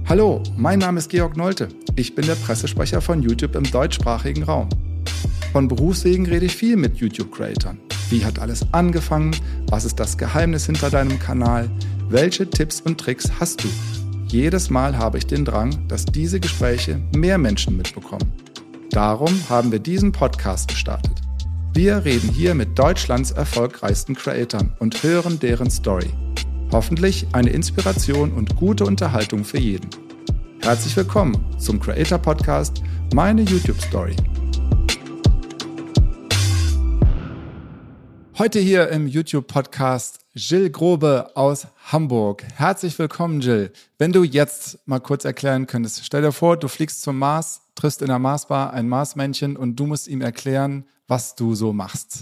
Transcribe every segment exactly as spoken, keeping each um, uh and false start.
Hallo, mein Name ist Georg Nolte. Ich bin der Pressesprecher von YouTube im deutschsprachigen Raum. Von Berufswegen rede ich viel mit YouTube-Creatern. Wie hat alles angefangen? Was ist das Geheimnis hinter deinem Kanal? Welche Tipps und Tricks hast du? Jedes Mal habe ich den Drang, dass diese Gespräche mehr Menschen mitbekommen. Darum haben wir diesen Podcast gestartet. Wir reden hier mit Deutschlands erfolgreichsten Creatoren und hören deren Story. Hoffentlich eine Inspiration und gute Unterhaltung für jeden. Herzlich willkommen zum Creator Podcast Meine YouTube Story. Heute hier im YouTube Podcast Jill Grobe aus Hamburg. Herzlich willkommen, Jill. Wenn du jetzt mal kurz erklären könntest, stell dir vor, du fliegst zum Mars, triffst in der Marsbar ein Marsmännchen und du musst ihm erklären, was du so machst.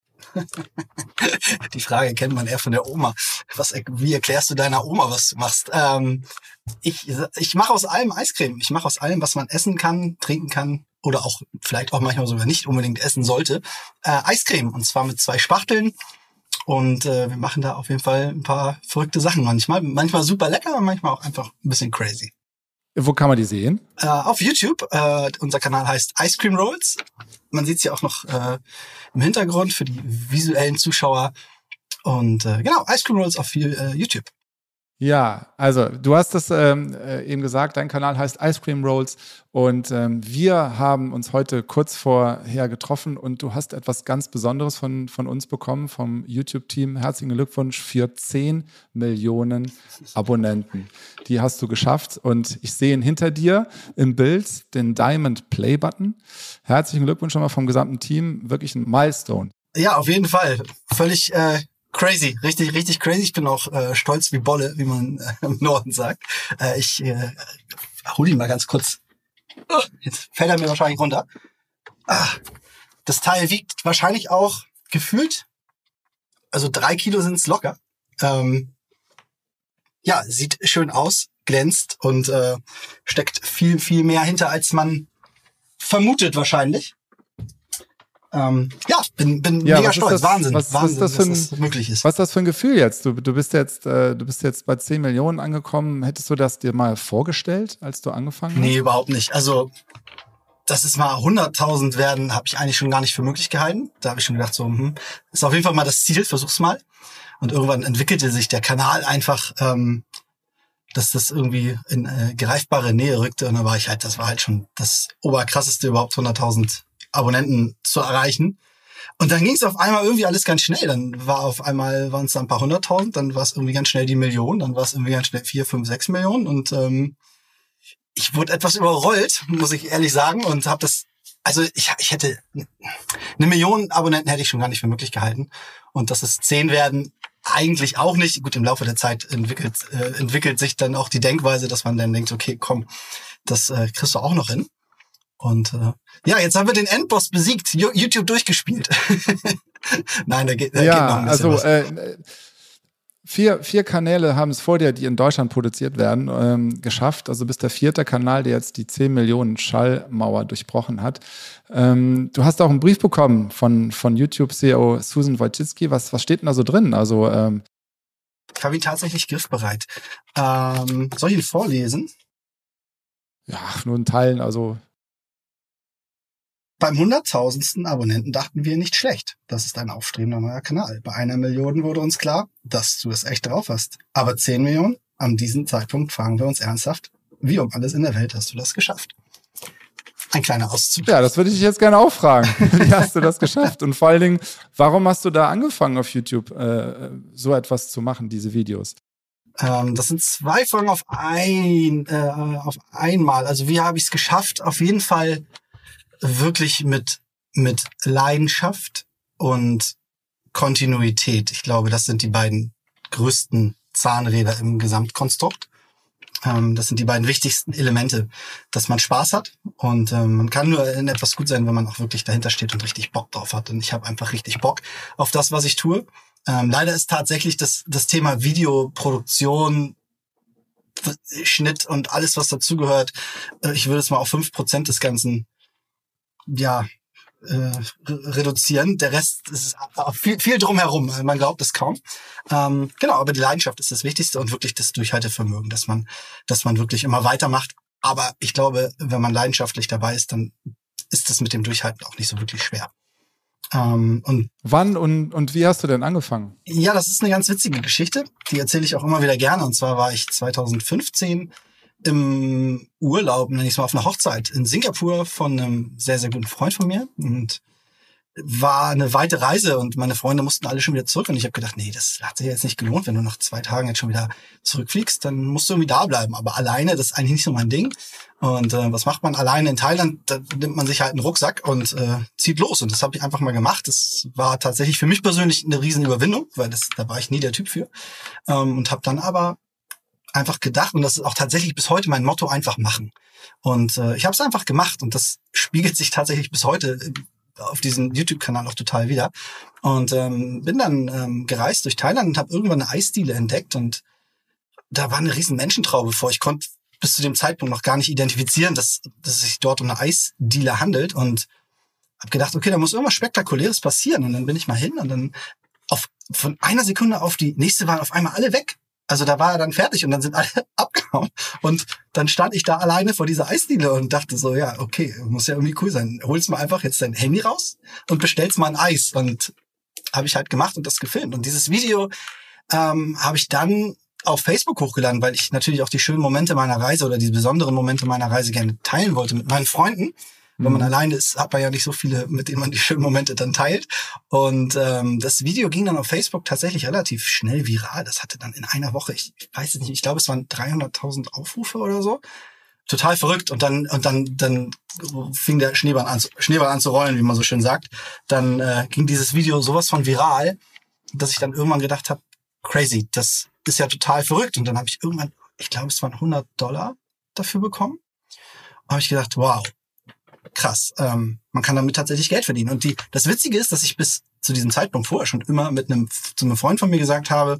Die Frage kennt man eher von der Oma. Was, wie erklärst du deiner Oma, was du machst? Ähm, ich ich mache aus allem Eiscreme. Ich mache aus allem, was man essen kann, trinken kann oder auch vielleicht auch manchmal sogar nicht unbedingt essen sollte, äh, Eiscreme. Und zwar mit zwei Spachteln. Und äh, wir machen da auf jeden Fall ein paar verrückte Sachen manchmal. Manchmal super lecker, manchmal auch einfach ein bisschen crazy. Wo kann man die sehen? Äh, auf YouTube. Äh, unser Kanal heißt Ice Cream Rolls. Man sieht es ja auch noch äh, im Hintergrund für die visuellen Zuschauer. Und äh, genau, Ice Cream Rolls auf äh, YouTube. Ja, also du hast es ähm, eben gesagt, dein Kanal heißt Ice Cream Rolls und ähm, wir haben uns heute kurz vorher getroffen und du hast etwas ganz Besonderes von, von uns bekommen, vom YouTube-Team. Herzlichen Glückwunsch für zehn Millionen Abonnenten. Die hast du geschafft und ich sehe hinter dir im Bild den Diamond Play Button. Herzlichen Glückwunsch schon mal vom gesamten Team, wirklich ein Milestone. Ja, auf jeden Fall. Völlig äh crazy, richtig, richtig crazy. Ich bin auch äh, stolz wie Bolle, wie man äh, im Norden sagt. Äh, ich äh, hol ihn mal ganz kurz. Oh, jetzt fällt er mir wahrscheinlich runter. Ah, das Teil wiegt wahrscheinlich auch gefühlt, also drei Kilo sind's locker. Ähm, ja, sieht schön aus, glänzt und äh, steckt viel, viel mehr hinter, als man vermutet wahrscheinlich. Ähm, ja, bin, bin ja, mega stolz. Das, Wahnsinn, was, Wahnsinn, was ist das für ein, dass das möglich ist. Was ist das für ein Gefühl jetzt? Du, du bist jetzt, äh, du bist jetzt bei zehn Millionen angekommen. Hättest du das dir mal vorgestellt, als du angefangen hast? Nee, überhaupt nicht. Also, dass es mal hunderttausend werden, habe ich eigentlich schon gar nicht für möglich gehalten. Da habe ich schon gedacht, so, hm, ist auf jeden Fall mal das Ziel, versuch's mal. Und irgendwann entwickelte sich der Kanal einfach, ähm, dass das irgendwie in äh, greifbare Nähe rückte. Und dann war ich halt, das war halt schon das Oberkrasseste, überhaupt hunderttausend Abonnenten zu erreichen. Und dann ging es auf einmal irgendwie alles ganz schnell. Dann war auf einmal, waren es dann ein paar hunderttausend, dann war es irgendwie ganz schnell die Million, dann war es irgendwie ganz schnell vier, fünf, sechs Millionen. Und ähm, ich wurde etwas überrollt, muss ich ehrlich sagen. Und habe das, also ich, ich hätte, eine Million Abonnenten hätte ich schon gar nicht für möglich gehalten. Und dass es zehn werden, eigentlich auch nicht. Gut, im Laufe der Zeit entwickelt, äh, entwickelt sich dann auch die Denkweise, dass man dann denkt, okay, komm, das äh, kriegst du auch noch hin. Und äh, ja, jetzt haben wir den Endboss besiegt, YouTube durchgespielt. Nein, da geht, da ja, geht noch ein bisschen also was. Äh, vier, vier Kanäle haben es vor dir, die in Deutschland produziert werden, ähm, geschafft. Also bist der vierte Kanal, der jetzt die zehn Millionen Schallmauer durchbrochen hat. Ähm, du hast auch einen Brief bekommen von, von YouTube-C E O Susan Wojcicki. Was, was steht denn da so drin? Also ähm, ich habe ihn tatsächlich griffbereit. Ähm, soll ich ihn vorlesen? Ja, nur in Teilen, also beim hunderttausendsten Abonnenten dachten wir nicht schlecht. Das ist ein aufstrebender neuer Kanal. Bei einer Million wurde uns klar, dass du es echt drauf hast. Aber zehn Millionen? An diesem Zeitpunkt fragen wir uns ernsthaft, wie um alles in der Welt hast du das geschafft? Ein kleiner Auszug. Ja, das würde ich dich jetzt gerne auch fragen. Wie hast du das geschafft? Und vor allen Dingen, warum hast du da angefangen auf YouTube, äh, so etwas zu machen, diese Videos? Ähm, das sind zwei Folgen auf ein, äh, auf einmal. Also wie habe ich es geschafft? Auf jeden Fall wirklich mit mit Leidenschaft und Kontinuität. Ich glaube, das sind die beiden größten Zahnräder im Gesamtkonstrukt. Ähm, das sind die beiden wichtigsten Elemente, dass man Spaß hat. Und ähm, man kann nur in etwas gut sein, wenn man auch wirklich dahinter steht und richtig Bock drauf hat. Und ich habe einfach richtig Bock auf das, was ich tue. Ähm, leider ist tatsächlich das das Thema Videoproduktion, Schnitt und alles, was dazugehört, äh, ich würde es mal auf fünf Prozent des Ganzen ja äh, reduzieren. Der Rest ist viel, viel drumherum. Man glaubt es kaum. Ähm, genau, aber die Leidenschaft ist das Wichtigste und wirklich das Durchhaltevermögen, dass man, dass man wirklich immer weitermacht. Aber ich glaube, wenn man leidenschaftlich dabei ist, dann ist das mit dem Durchhalten auch nicht so wirklich schwer. Ähm, und Wann und, und wie hast du denn angefangen? Ja, das ist eine ganz witzige Geschichte. Die erzähle ich auch immer wieder gerne. Und zwar war ich zwanzig fünfzehn im Urlaub, nenne ich es mal, auf einer Hochzeit in Singapur von einem sehr, sehr guten Freund von mir. Und war eine weite Reise und meine Freunde mussten alle schon wieder zurück. Und ich habe gedacht, nee, das hat sich jetzt nicht gelohnt, wenn du nach zwei Tagen jetzt schon wieder zurückfliegst, dann musst du irgendwie da bleiben. Aber alleine, das ist eigentlich nicht so mein Ding. Und äh, was macht man alleine in Thailand? Da nimmt man sich halt einen Rucksack und äh, zieht los. Und das habe ich einfach mal gemacht. Das war tatsächlich für mich persönlich eine riesen Überwindung, weil das, da war ich nie der Typ für. Ähm, und habe dann aber einfach gedacht, und das ist auch tatsächlich bis heute mein Motto, einfach machen. Und äh, ich habe es einfach gemacht und das spiegelt sich tatsächlich bis heute auf diesem YouTube-Kanal auch total wieder. Und ähm, bin dann ähm, gereist durch Thailand und habe irgendwann eine Eisdiele entdeckt und da war eine riesen Menschentraube vor. Ich konnte bis zu dem Zeitpunkt noch gar nicht identifizieren, dass, dass es sich dort um eine Eisdiele handelt und habe gedacht, okay, da muss irgendwas Spektakuläres passieren. Und dann bin ich mal hin und dann auf, von einer Sekunde auf die nächste waren auf einmal alle weg. Also da war er dann fertig und dann sind alle abgehauen. Und dann stand ich da alleine vor dieser Eisdiele und dachte so, ja, okay, muss ja irgendwie cool sein. Holst mal einfach jetzt dein Handy raus und bestellst mal ein Eis. Und habe ich halt gemacht und das gefilmt. Und dieses Video ähm, habe ich dann auf Facebook hochgeladen, weil ich natürlich auch die schönen Momente meiner Reise oder die besonderen Momente meiner Reise gerne teilen wollte mit meinen Freunden. Wenn man mhm. alleine ist, hat man ja nicht so viele, mit denen man die schönen Momente dann teilt. Und ähm, das Video ging dann auf Facebook tatsächlich relativ schnell viral. Das hatte dann in einer Woche, ich, ich weiß es nicht, ich glaube, es waren dreihunderttausend Aufrufe oder so. Total verrückt. Und dann und dann dann fing der Schneeball an, Schneeball an zu rollen, wie man so schön sagt. Dann äh, ging dieses Video sowas von viral, dass ich dann irgendwann gedacht habe, crazy, das ist ja total verrückt. Und dann habe ich irgendwann, ich glaube, es waren hundert Dollar dafür bekommen. Und habe ich gedacht, wow, krass, ähm, man kann damit tatsächlich Geld verdienen. Und die, das Witzige ist, dass ich bis zu diesem Zeitpunkt vorher schon immer mit einem, zu einem Freund von mir gesagt habe,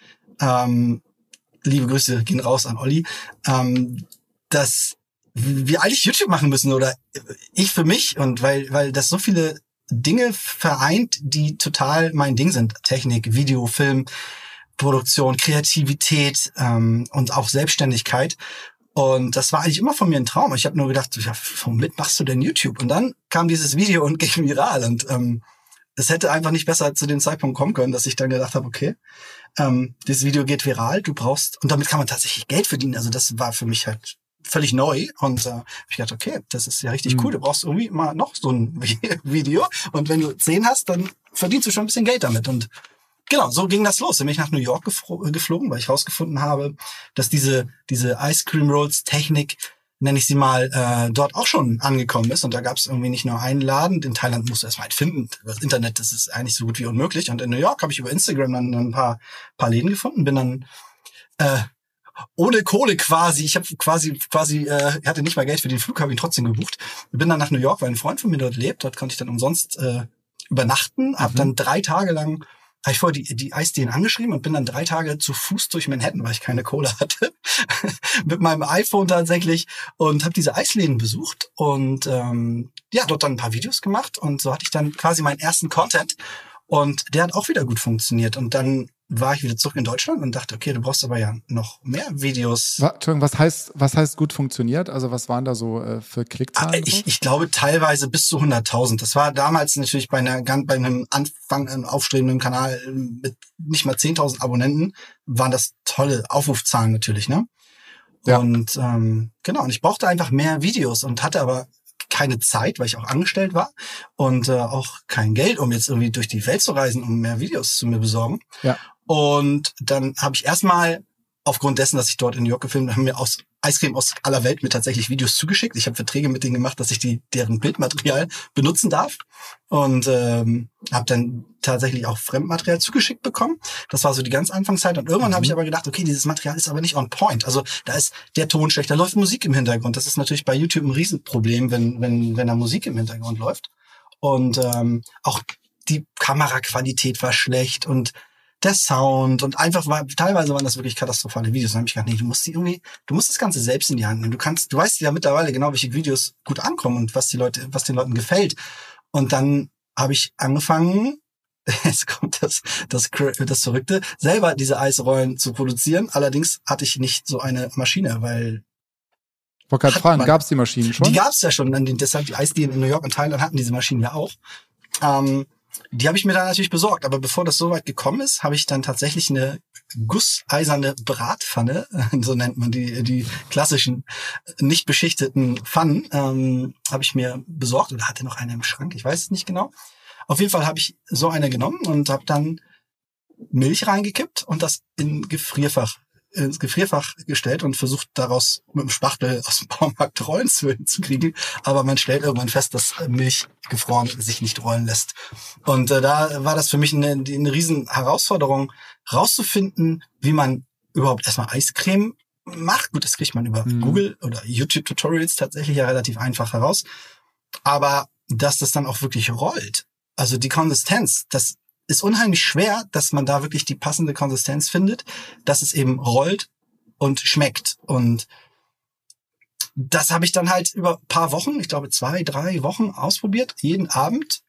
ähm, liebe Grüße gehen raus an Olli, ähm, dass wir eigentlich YouTube machen müssen oder ich für mich und weil, weil das so viele Dinge vereint, die total mein Ding sind. Technik, Video, Film, Produktion, Kreativität ähm, und auch Selbstständigkeit. Und das war eigentlich immer von mir ein Traum. Ich habe nur gedacht, ja, womit machst du denn YouTube? Und dann kam dieses Video und ging viral. Und ähm, es hätte einfach nicht besser zu dem Zeitpunkt kommen können, dass ich dann gedacht habe, okay, ähm, dieses Video geht viral, du brauchst, und damit kann man tatsächlich Geld verdienen. Also das war für mich halt völlig neu. Und äh, ich dachte, okay, das ist ja richtig mhm. cool. Du brauchst irgendwie mal noch so ein Video. Und wenn du zehn hast, dann verdienst du schon ein bisschen Geld damit. Und genau, so ging das los. Dann bin ich nach New York gefro- geflogen, weil ich rausgefunden habe, dass diese diese Ice Cream Rolls Technik, nenne ich sie mal, äh, dort auch schon angekommen ist. Und da gab es irgendwie nicht nur einen Laden. In Thailand musst du erstmal halt finden. Über das Internet, das ist eigentlich so gut wie unmöglich. Und in New York habe ich über Instagram dann ein paar paar Läden gefunden. Bin dann äh, ohne Kohle quasi, ich habe quasi quasi äh, hatte nicht mal Geld für den Flug, habe ihn trotzdem gebucht. Bin dann nach New York, weil ein Freund von mir dort lebt. Dort konnte ich dann umsonst äh, übernachten. Habe mhm. dann drei Tage lang habe ich vorher die, die Eisdielen angeschrieben und bin dann drei Tage zu Fuß durch Manhattan, weil ich keine Kohle hatte, mit meinem iPhone tatsächlich und habe diese Eisläden besucht und ähm, ja, dort dann ein paar Videos gemacht und so hatte ich dann quasi meinen ersten Content und der hat auch wieder gut funktioniert und dann war ich wieder zurück in Deutschland und dachte, okay, du brauchst aber ja noch mehr Videos. Was, Entschuldigung, was heißt, was heißt gut funktioniert? Also was waren da so äh, für Klickzahlen? Ah, ich, ich glaube teilweise bis zu hunderttausend. Das war damals natürlich bei einer bei einem Anfang einem aufstrebenden Kanal mit nicht mal zehntausend Abonnenten waren das tolle Aufrufzahlen natürlich, ne? Ja. Und ähm, genau, und ich brauchte einfach mehr Videos und hatte aber keine Zeit, weil ich auch angestellt war und äh, auch kein Geld, um jetzt irgendwie durch die Welt zu reisen, um mehr Videos zu mir besorgen. Ja. Und dann habe ich erstmal, aufgrund dessen, dass ich dort in New York gefilmt habe, haben mir aus Eiscreme aus aller Welt mir tatsächlich Videos zugeschickt. Ich habe Verträge mit denen gemacht, dass ich die deren Bildmaterial benutzen darf. Und ähm, habe dann tatsächlich auch Fremdmaterial zugeschickt bekommen. Das war so die ganz Anfangszeit. Und irgendwann mhm. habe ich aber gedacht, okay, dieses Material ist aber nicht on point. Also da ist der Ton schlecht, da läuft Musik im Hintergrund. Das ist natürlich bei YouTube ein Riesenproblem, wenn wenn wenn da Musik im Hintergrund läuft. Und ähm, auch die Kameraqualität war schlecht und der Sound und einfach war, teilweise waren das wirklich katastrophale Videos. Dann habe ich gedacht, nee, du musst die irgendwie, du musst das Ganze selbst in die Hand nehmen. Du kannst, du weißt ja mittlerweile genau, welche Videos gut ankommen und was die Leute, was den Leuten gefällt. Und dann habe ich angefangen, jetzt kommt das, das, das Verrückte, selber diese Eisrollen zu produzieren. Allerdings hatte ich nicht so eine Maschine, weil... Ich wollte gerade fragen, gab es die Maschinen schon? Die gab es ja schon. Deshalb die Eisdielen in New York und Thailand hatten diese Maschinen ja auch. Ähm, die habe ich mir dann natürlich besorgt. Aber bevor das so weit gekommen ist, habe ich dann tatsächlich eine gusseiserne Bratpfanne, so nennt man die die klassischen, nicht beschichteten Pfannen, ähm, habe ich mir besorgt. Oder hatte noch eine im Schrank, ich weiß es nicht genau. Auf jeden Fall habe ich so eine genommen und habe dann Milch reingekippt und das in Gefrierfach ins Gefrierfach gestellt und versucht daraus mit dem Spachtel aus dem Baumarkt Rollen zu, zu kriegen. Aber man stellt irgendwann fest, dass Milch gefroren sich nicht rollen lässt. Und äh, da war das für mich eine, eine riesen Herausforderung, rauszufinden, wie man überhaupt erstmal Eiscreme macht. Gut, das kriegt man über mhm. Google oder YouTube-Tutorials tatsächlich ja relativ einfach heraus. Aber dass das dann auch wirklich rollt, also die Konsistenz, das ist unheimlich schwer, dass man da wirklich die passende Konsistenz findet, dass es eben rollt und schmeckt. Und das habe ich dann halt über ein paar Wochen, ich glaube zwei, drei Wochen ausprobiert, jeden Abend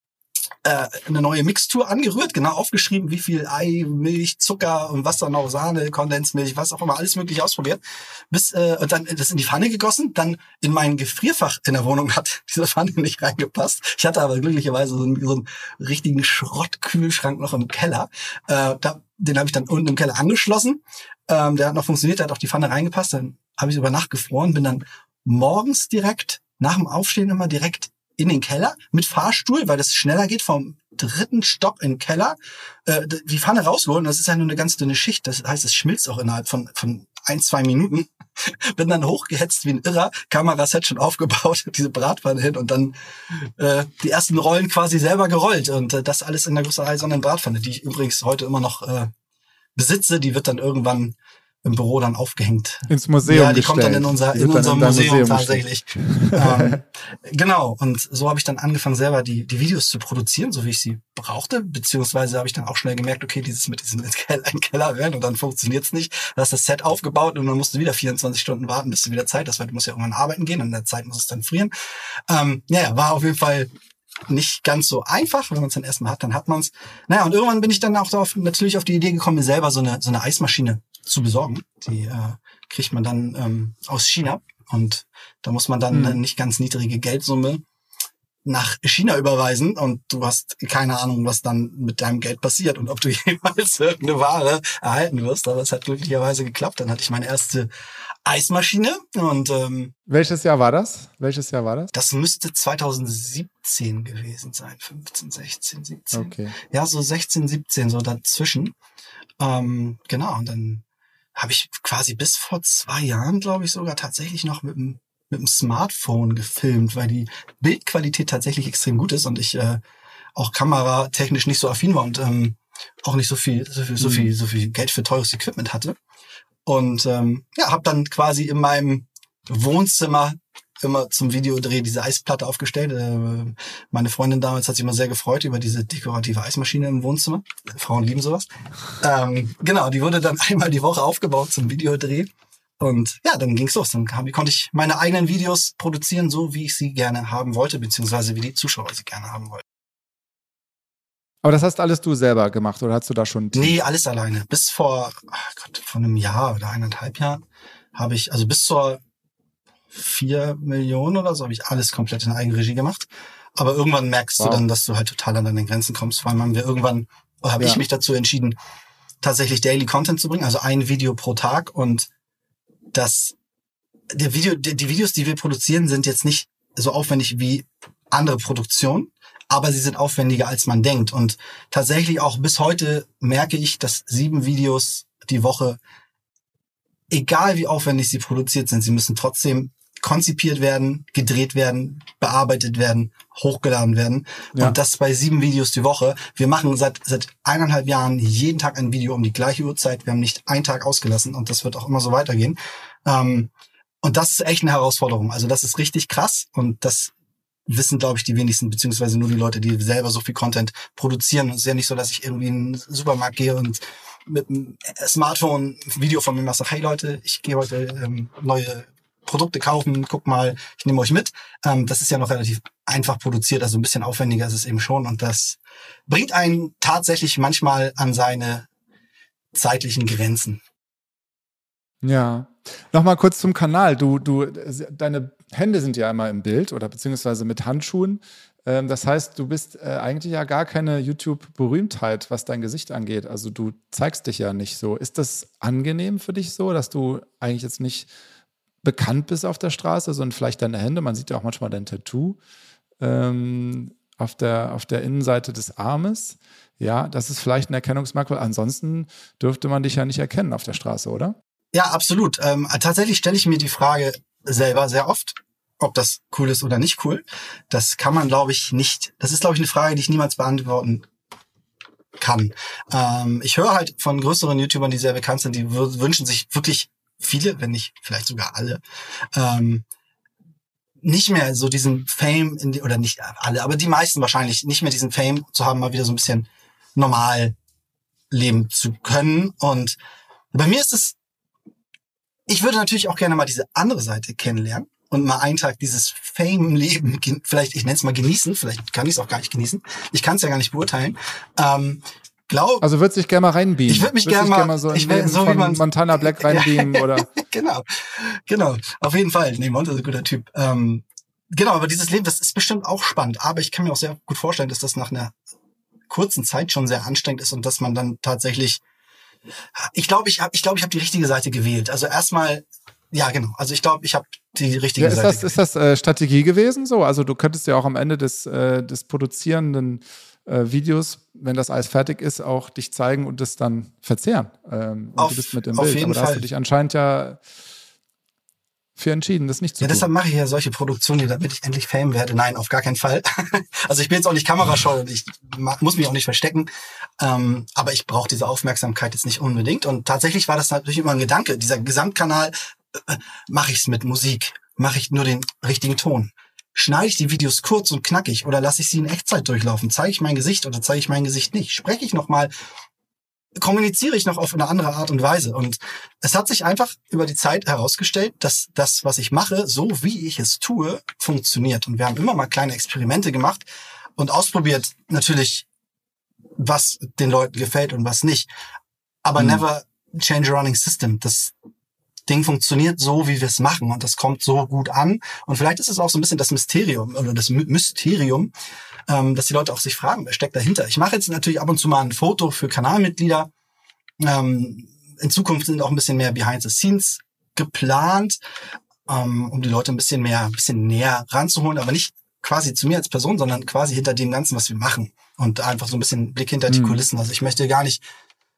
äh, eine neue Mixtur angerührt, genau aufgeschrieben, wie viel Ei, Milch, Zucker und was dann noch, Sahne, Kondensmilch, was auch immer, alles mögliche ausprobiert. Bis äh, und dann das in die Pfanne gegossen, dann in mein Gefrierfach in der Wohnung hat diese Pfanne nicht reingepasst. Ich hatte aber glücklicherweise so einen, so einen richtigen Schrottkühlschrank noch im Keller. Äh, da, den habe ich dann unten im Keller angeschlossen. Ähm, der hat noch funktioniert, der hat auch die Pfanne reingepasst. Dann habe ich über Nacht gefroren, bin dann morgens direkt, nach dem Aufstehen immer direkt in den Keller mit Fahrstuhl, weil das schneller geht, vom dritten Stock in den Keller, äh, die Pfanne rausholen. Das ist ja nur eine ganz dünne Schicht. Das heißt, es schmilzt auch innerhalb von von ein, zwei Minuten. Bin dann hochgehetzt wie ein Irrer, Kameraset schon aufgebaut, diese Bratpfanne hin und dann äh, die ersten Rollen quasi selber gerollt. Und äh, das alles in der großen eisernen Bratpfanne, die ich übrigens heute immer noch äh, besitze. Die wird dann irgendwann im Büro dann aufgehängt. Ins Museum Ja, die gestellt. kommt dann in unser in unser in Museum, Museum tatsächlich. ähm, genau. Und so habe ich dann angefangen, selber die die Videos zu produzieren, so wie ich sie brauchte. Beziehungsweise habe ich dann auch schnell gemerkt, okay, dieses mit diesem Keller, ein Keller rein und dann funktioniert's nicht. Da hast das Set aufgebaut und dann musst du wieder vierundzwanzig Stunden warten, bis du wieder Zeit hast, weil du musst ja irgendwann arbeiten gehen und in der Zeit muss es dann frieren. Ähm, ja, war auf jeden Fall nicht ganz so einfach. Wenn man es dann erstmal hat, dann hat man es. Naja, und irgendwann bin ich dann auch darauf, natürlich auf die Idee gekommen, mir selber so eine so eine Eismaschine zu besorgen. Die äh, kriegt man dann ähm, aus China und da muss man dann mhm. eine nicht ganz niedrige Geldsumme nach China überweisen und du hast keine Ahnung, was dann mit deinem Geld passiert und ob du jemals irgendeine Ware erhalten wirst. Aber es hat glücklicherweise geklappt. Dann hatte ich meine erste Eismaschine und ähm, welches Jahr war das? Welches Jahr war das? Das müsste zweitausendsiebzehn gewesen sein, fünfzehn, sechzehn, siebzehn. Okay. Ja, so sechzehn, siebzehn, so dazwischen. Ähm, genau, und dann habe ich quasi bis vor zwei Jahren, glaube ich, sogar tatsächlich noch mit dem mit dem Smartphone gefilmt, weil die Bildqualität tatsächlich extrem gut ist und ich äh, auch kameratechnisch nicht so affin war und ähm, auch nicht so viel, so viel, so viel, so viel Geld für teures Equipment hatte. Und ähm, ja, habe dann quasi in meinem Wohnzimmer immer zum Videodreh diese Eisplatte aufgestellt. Äh, meine Freundin damals hat sich immer sehr gefreut über diese dekorative Eismaschine im Wohnzimmer. Frauen lieben sowas. Ähm, genau, die wurde dann einmal die Woche aufgebaut zum Videodreh. Und ja, dann ging's los. Dann hab, konnte ich meine eigenen Videos produzieren, so wie ich sie gerne haben wollte, beziehungsweise wie die Zuschauer sie gerne haben wollten. Aber das hast alles du selber gemacht oder hast du da schon ein Team? Nee, alles alleine. Bis vor, ach Gott, vor einem Jahr oder eineinhalb Jahren habe ich, also bis zur vier Millionen oder so, habe ich alles komplett in Eigenregie gemacht. Aber irgendwann merkst wow. du dann, dass du halt total an deine Grenzen kommst. Vor allem haben wir irgendwann, oder habe ja. ich mich dazu entschieden, tatsächlich Daily Content zu bringen, also ein Video pro Tag. Und das, der Video, die, die Videos, die wir produzieren, sind jetzt nicht so aufwendig wie andere Produktionen, aber sie sind aufwendiger, als man denkt. Und tatsächlich auch bis heute merke ich, dass sieben Videos die Woche, egal wie aufwendig sie produziert sind, sie müssen trotzdem konzipiert werden, gedreht werden, bearbeitet werden, hochgeladen werden. Ja. Und das bei sieben Videos die Woche. Wir machen seit seit eineinhalb Jahren jeden Tag ein Video um die gleiche Uhrzeit. Wir haben nicht einen Tag ausgelassen und das wird auch immer so weitergehen. Ähm, und das ist echt eine Herausforderung. Also das ist richtig krass und das wissen, glaube ich, die wenigsten, beziehungsweise nur die Leute, die selber so viel Content produzieren. Und es ist ja nicht so, dass ich irgendwie in den Supermarkt gehe und mit dem Smartphone ein Video von mir mache, sage, hey Leute, ich gehe heute ähm, neue Produkte kaufen, guck mal, ich nehme euch mit. Ähm, das ist ja noch relativ einfach produziert, also ein bisschen aufwendiger ist es eben schon. Und das bringt einen tatsächlich manchmal an seine zeitlichen Grenzen. Ja. Nochmal kurz zum Kanal. Du, du, deine Hände sind ja immer im Bild oder beziehungsweise mit Handschuhen. Ähm, das heißt, du bist äh, eigentlich ja gar keine YouTube-Berühmtheit, was dein Gesicht angeht. Also du zeigst dich ja nicht so. Ist das angenehm für dich so, dass du eigentlich jetzt nicht bekannt bist auf der Straße, sondern vielleicht deine Hände? Man sieht ja auch manchmal dein Tattoo ähm, auf der, auf der Innenseite des Armes. Ja, das ist vielleicht ein Erkennungsmerkmal. Ansonsten dürfte man dich ja nicht erkennen auf der Straße, oder? Ja, absolut. Ähm, tatsächlich stelle ich mir die Frage selber sehr oft, ob das cool ist oder nicht cool. Das kann man, glaube ich, nicht. Das ist, glaube ich, eine Frage, die ich niemals beantworten kann. Ähm, ich höre halt von größeren YouTubern, die sehr bekannt sind, die w- wünschen sich wirklich viele, wenn nicht vielleicht sogar alle, ähm, nicht mehr so diesen Fame, in die, oder nicht alle, aber die meisten wahrscheinlich, nicht mehr diesen Fame zu haben, mal wieder so ein bisschen normal leben zu können. Und bei mir ist es, ich würde natürlich auch gerne mal diese andere Seite kennenlernen und mal einen Tag dieses Fame-Leben, vielleicht, ich nenne es mal genießen, vielleicht kann ich es auch gar nicht genießen, ich kann es ja gar nicht beurteilen. Ähm, glaub, also würdest du dich gerne mal reinbeamen? Ich würde mich gerne mal, mal so ich in will, so von wie man Montana Black reinbeamen oder? Genau, genau, auf jeden Fall. Nee, Monte ist ein guter Typ. Ähm, genau, aber dieses Leben, das ist bestimmt auch spannend, aber ich kann mir auch sehr gut vorstellen, dass das nach einer kurzen Zeit schon sehr anstrengend ist und dass man dann tatsächlich, ich glaube, ich habe, ich glaube, ich habe die richtige Seite gewählt. Also erstmal, ja, genau. Also ich glaube, ich habe die richtige ja, ist Seite das, gewählt. Ist das äh, Strategie gewesen so? Also du könntest ja auch am Ende des, äh, des produzierenden äh, Videos, wenn das alles fertig ist, auch dich zeigen und das dann verzehren. Ähm, und Auf, du bist mit im auf Bild. jeden Aber da Fall. hast du dich anscheinend ja für entschieden, das nicht zu Ja, tun. deshalb mache ich ja solche Produktionen, damit ich endlich Fame werde. Nein, auf gar keinen Fall. Also ich bin jetzt auch nicht kamerascheu und ich ma- muss mich auch nicht verstecken. Ähm, aber ich brauche diese Aufmerksamkeit jetzt nicht unbedingt. Und tatsächlich war das natürlich immer ein Gedanke. Dieser Gesamtkanal, äh, mache ich es mit Musik? Mache ich nur den richtigen Ton? Schneide ich die Videos kurz und knackig oder lasse ich sie in Echtzeit durchlaufen? Zeige ich mein Gesicht oder zeige ich mein Gesicht nicht? Spreche ich nochmal? Kommuniziere ich noch auf eine andere Art und Weise? Und es hat sich einfach über die Zeit herausgestellt, dass das, was ich mache, so wie ich es tue, funktioniert. Und wir haben immer mal kleine Experimente gemacht und ausprobiert, natürlich, was den Leuten gefällt und was nicht. Aber Mhm. never change a running system. Das Ding funktioniert so, wie wir es machen und das kommt so gut an. Und vielleicht ist es auch so ein bisschen das Mysterium oder das My- Mysterium, ähm, dass die Leute auch sich fragen, wer steckt dahinter? Ich mache jetzt natürlich ab und zu mal ein Foto für Kanalmitglieder. Ähm, in Zukunft sind auch ein bisschen mehr Behind the Scenes geplant, ähm, um die Leute ein bisschen mehr, ein bisschen näher ranzuholen, aber nicht quasi zu mir als Person, sondern quasi hinter dem Ganzen, was wir machen und einfach so ein bisschen Blick hinter die Mhm. Kulissen. Also ich möchte gar nicht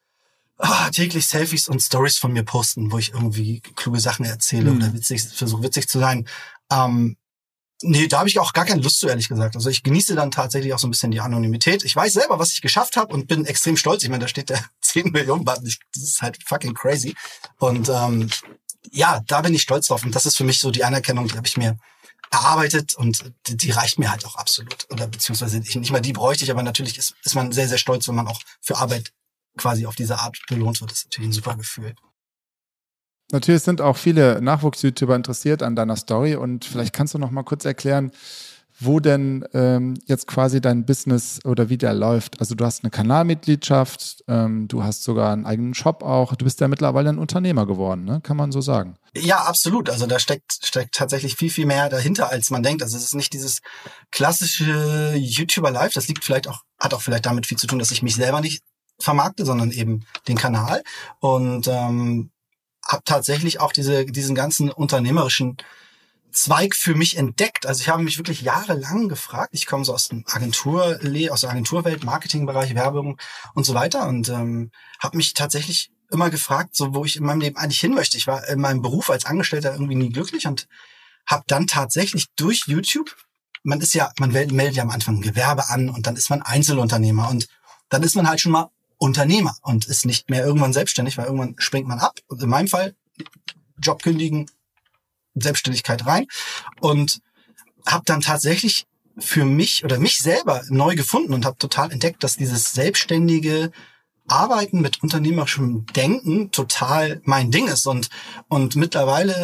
ah, täglich Selfies und Stories von mir posten, wo ich irgendwie kluge Sachen erzähle Mhm. oder witzig, versuche witzig zu sein. Ähm, nee, da habe ich auch gar keine Lust zu, ehrlich gesagt. Also ich genieße dann tatsächlich auch so ein bisschen die Anonymität. Ich weiß selber, was ich geschafft habe und bin extrem stolz. Ich meine, da steht der zehn Millionen Button. Ich, das ist halt fucking crazy. Und ähm, ja, da bin ich stolz drauf. Und das ist für mich so die Anerkennung, die habe ich mir erarbeitet und die, die reicht mir halt auch absolut. Oder beziehungsweise ich, nicht mal die bräuchte ich, aber natürlich ist, ist man sehr, sehr stolz, wenn man auch für Arbeit quasi auf diese Art belohnt wird. Das ist natürlich ein super Gefühl. Natürlich sind auch viele Nachwuchs-YouTuber interessiert an deiner Story und vielleicht kannst du noch mal kurz erklären, wo denn ähm, jetzt quasi dein Business oder wie der läuft. Also du hast eine Kanalmitgliedschaft, ähm, du hast sogar einen eigenen Shop auch. Du bist ja mittlerweile ein Unternehmer geworden, ne? Kann man so sagen. Ja, absolut. Also da steckt steckt tatsächlich viel, viel mehr dahinter, als man denkt. Also es ist nicht dieses klassische YouTuber-Life. Das liegt vielleicht auch, hat auch vielleicht damit viel zu tun, dass ich mich selber nicht vermarkte, sondern eben den Kanal. Und ähm, habe tatsächlich auch diese diesen ganzen unternehmerischen Zweig für mich entdeckt. Also ich habe mich wirklich jahrelang gefragt. Ich komme so aus dem Agentur, aus der Agenturwelt, Marketingbereich, Werbung und so weiter und ähm, habe mich tatsächlich immer gefragt, so wo ich in meinem Leben eigentlich hin möchte. Ich war in meinem Beruf als Angestellter irgendwie nie glücklich und habe dann tatsächlich durch YouTube, man ist ja, man meldet ja am Anfang ein Gewerbe an und dann ist man Einzelunternehmer und dann ist man halt schon mal Unternehmer und ist nicht mehr irgendwann selbstständig, weil irgendwann springt man ab. Und in meinem Fall Job kündigen, Selbstständigkeit rein und habe dann tatsächlich für mich oder mich selber neu gefunden und habe total entdeckt, dass dieses selbstständige Arbeiten mit unternehmerischem Denken total mein Ding ist und und mittlerweile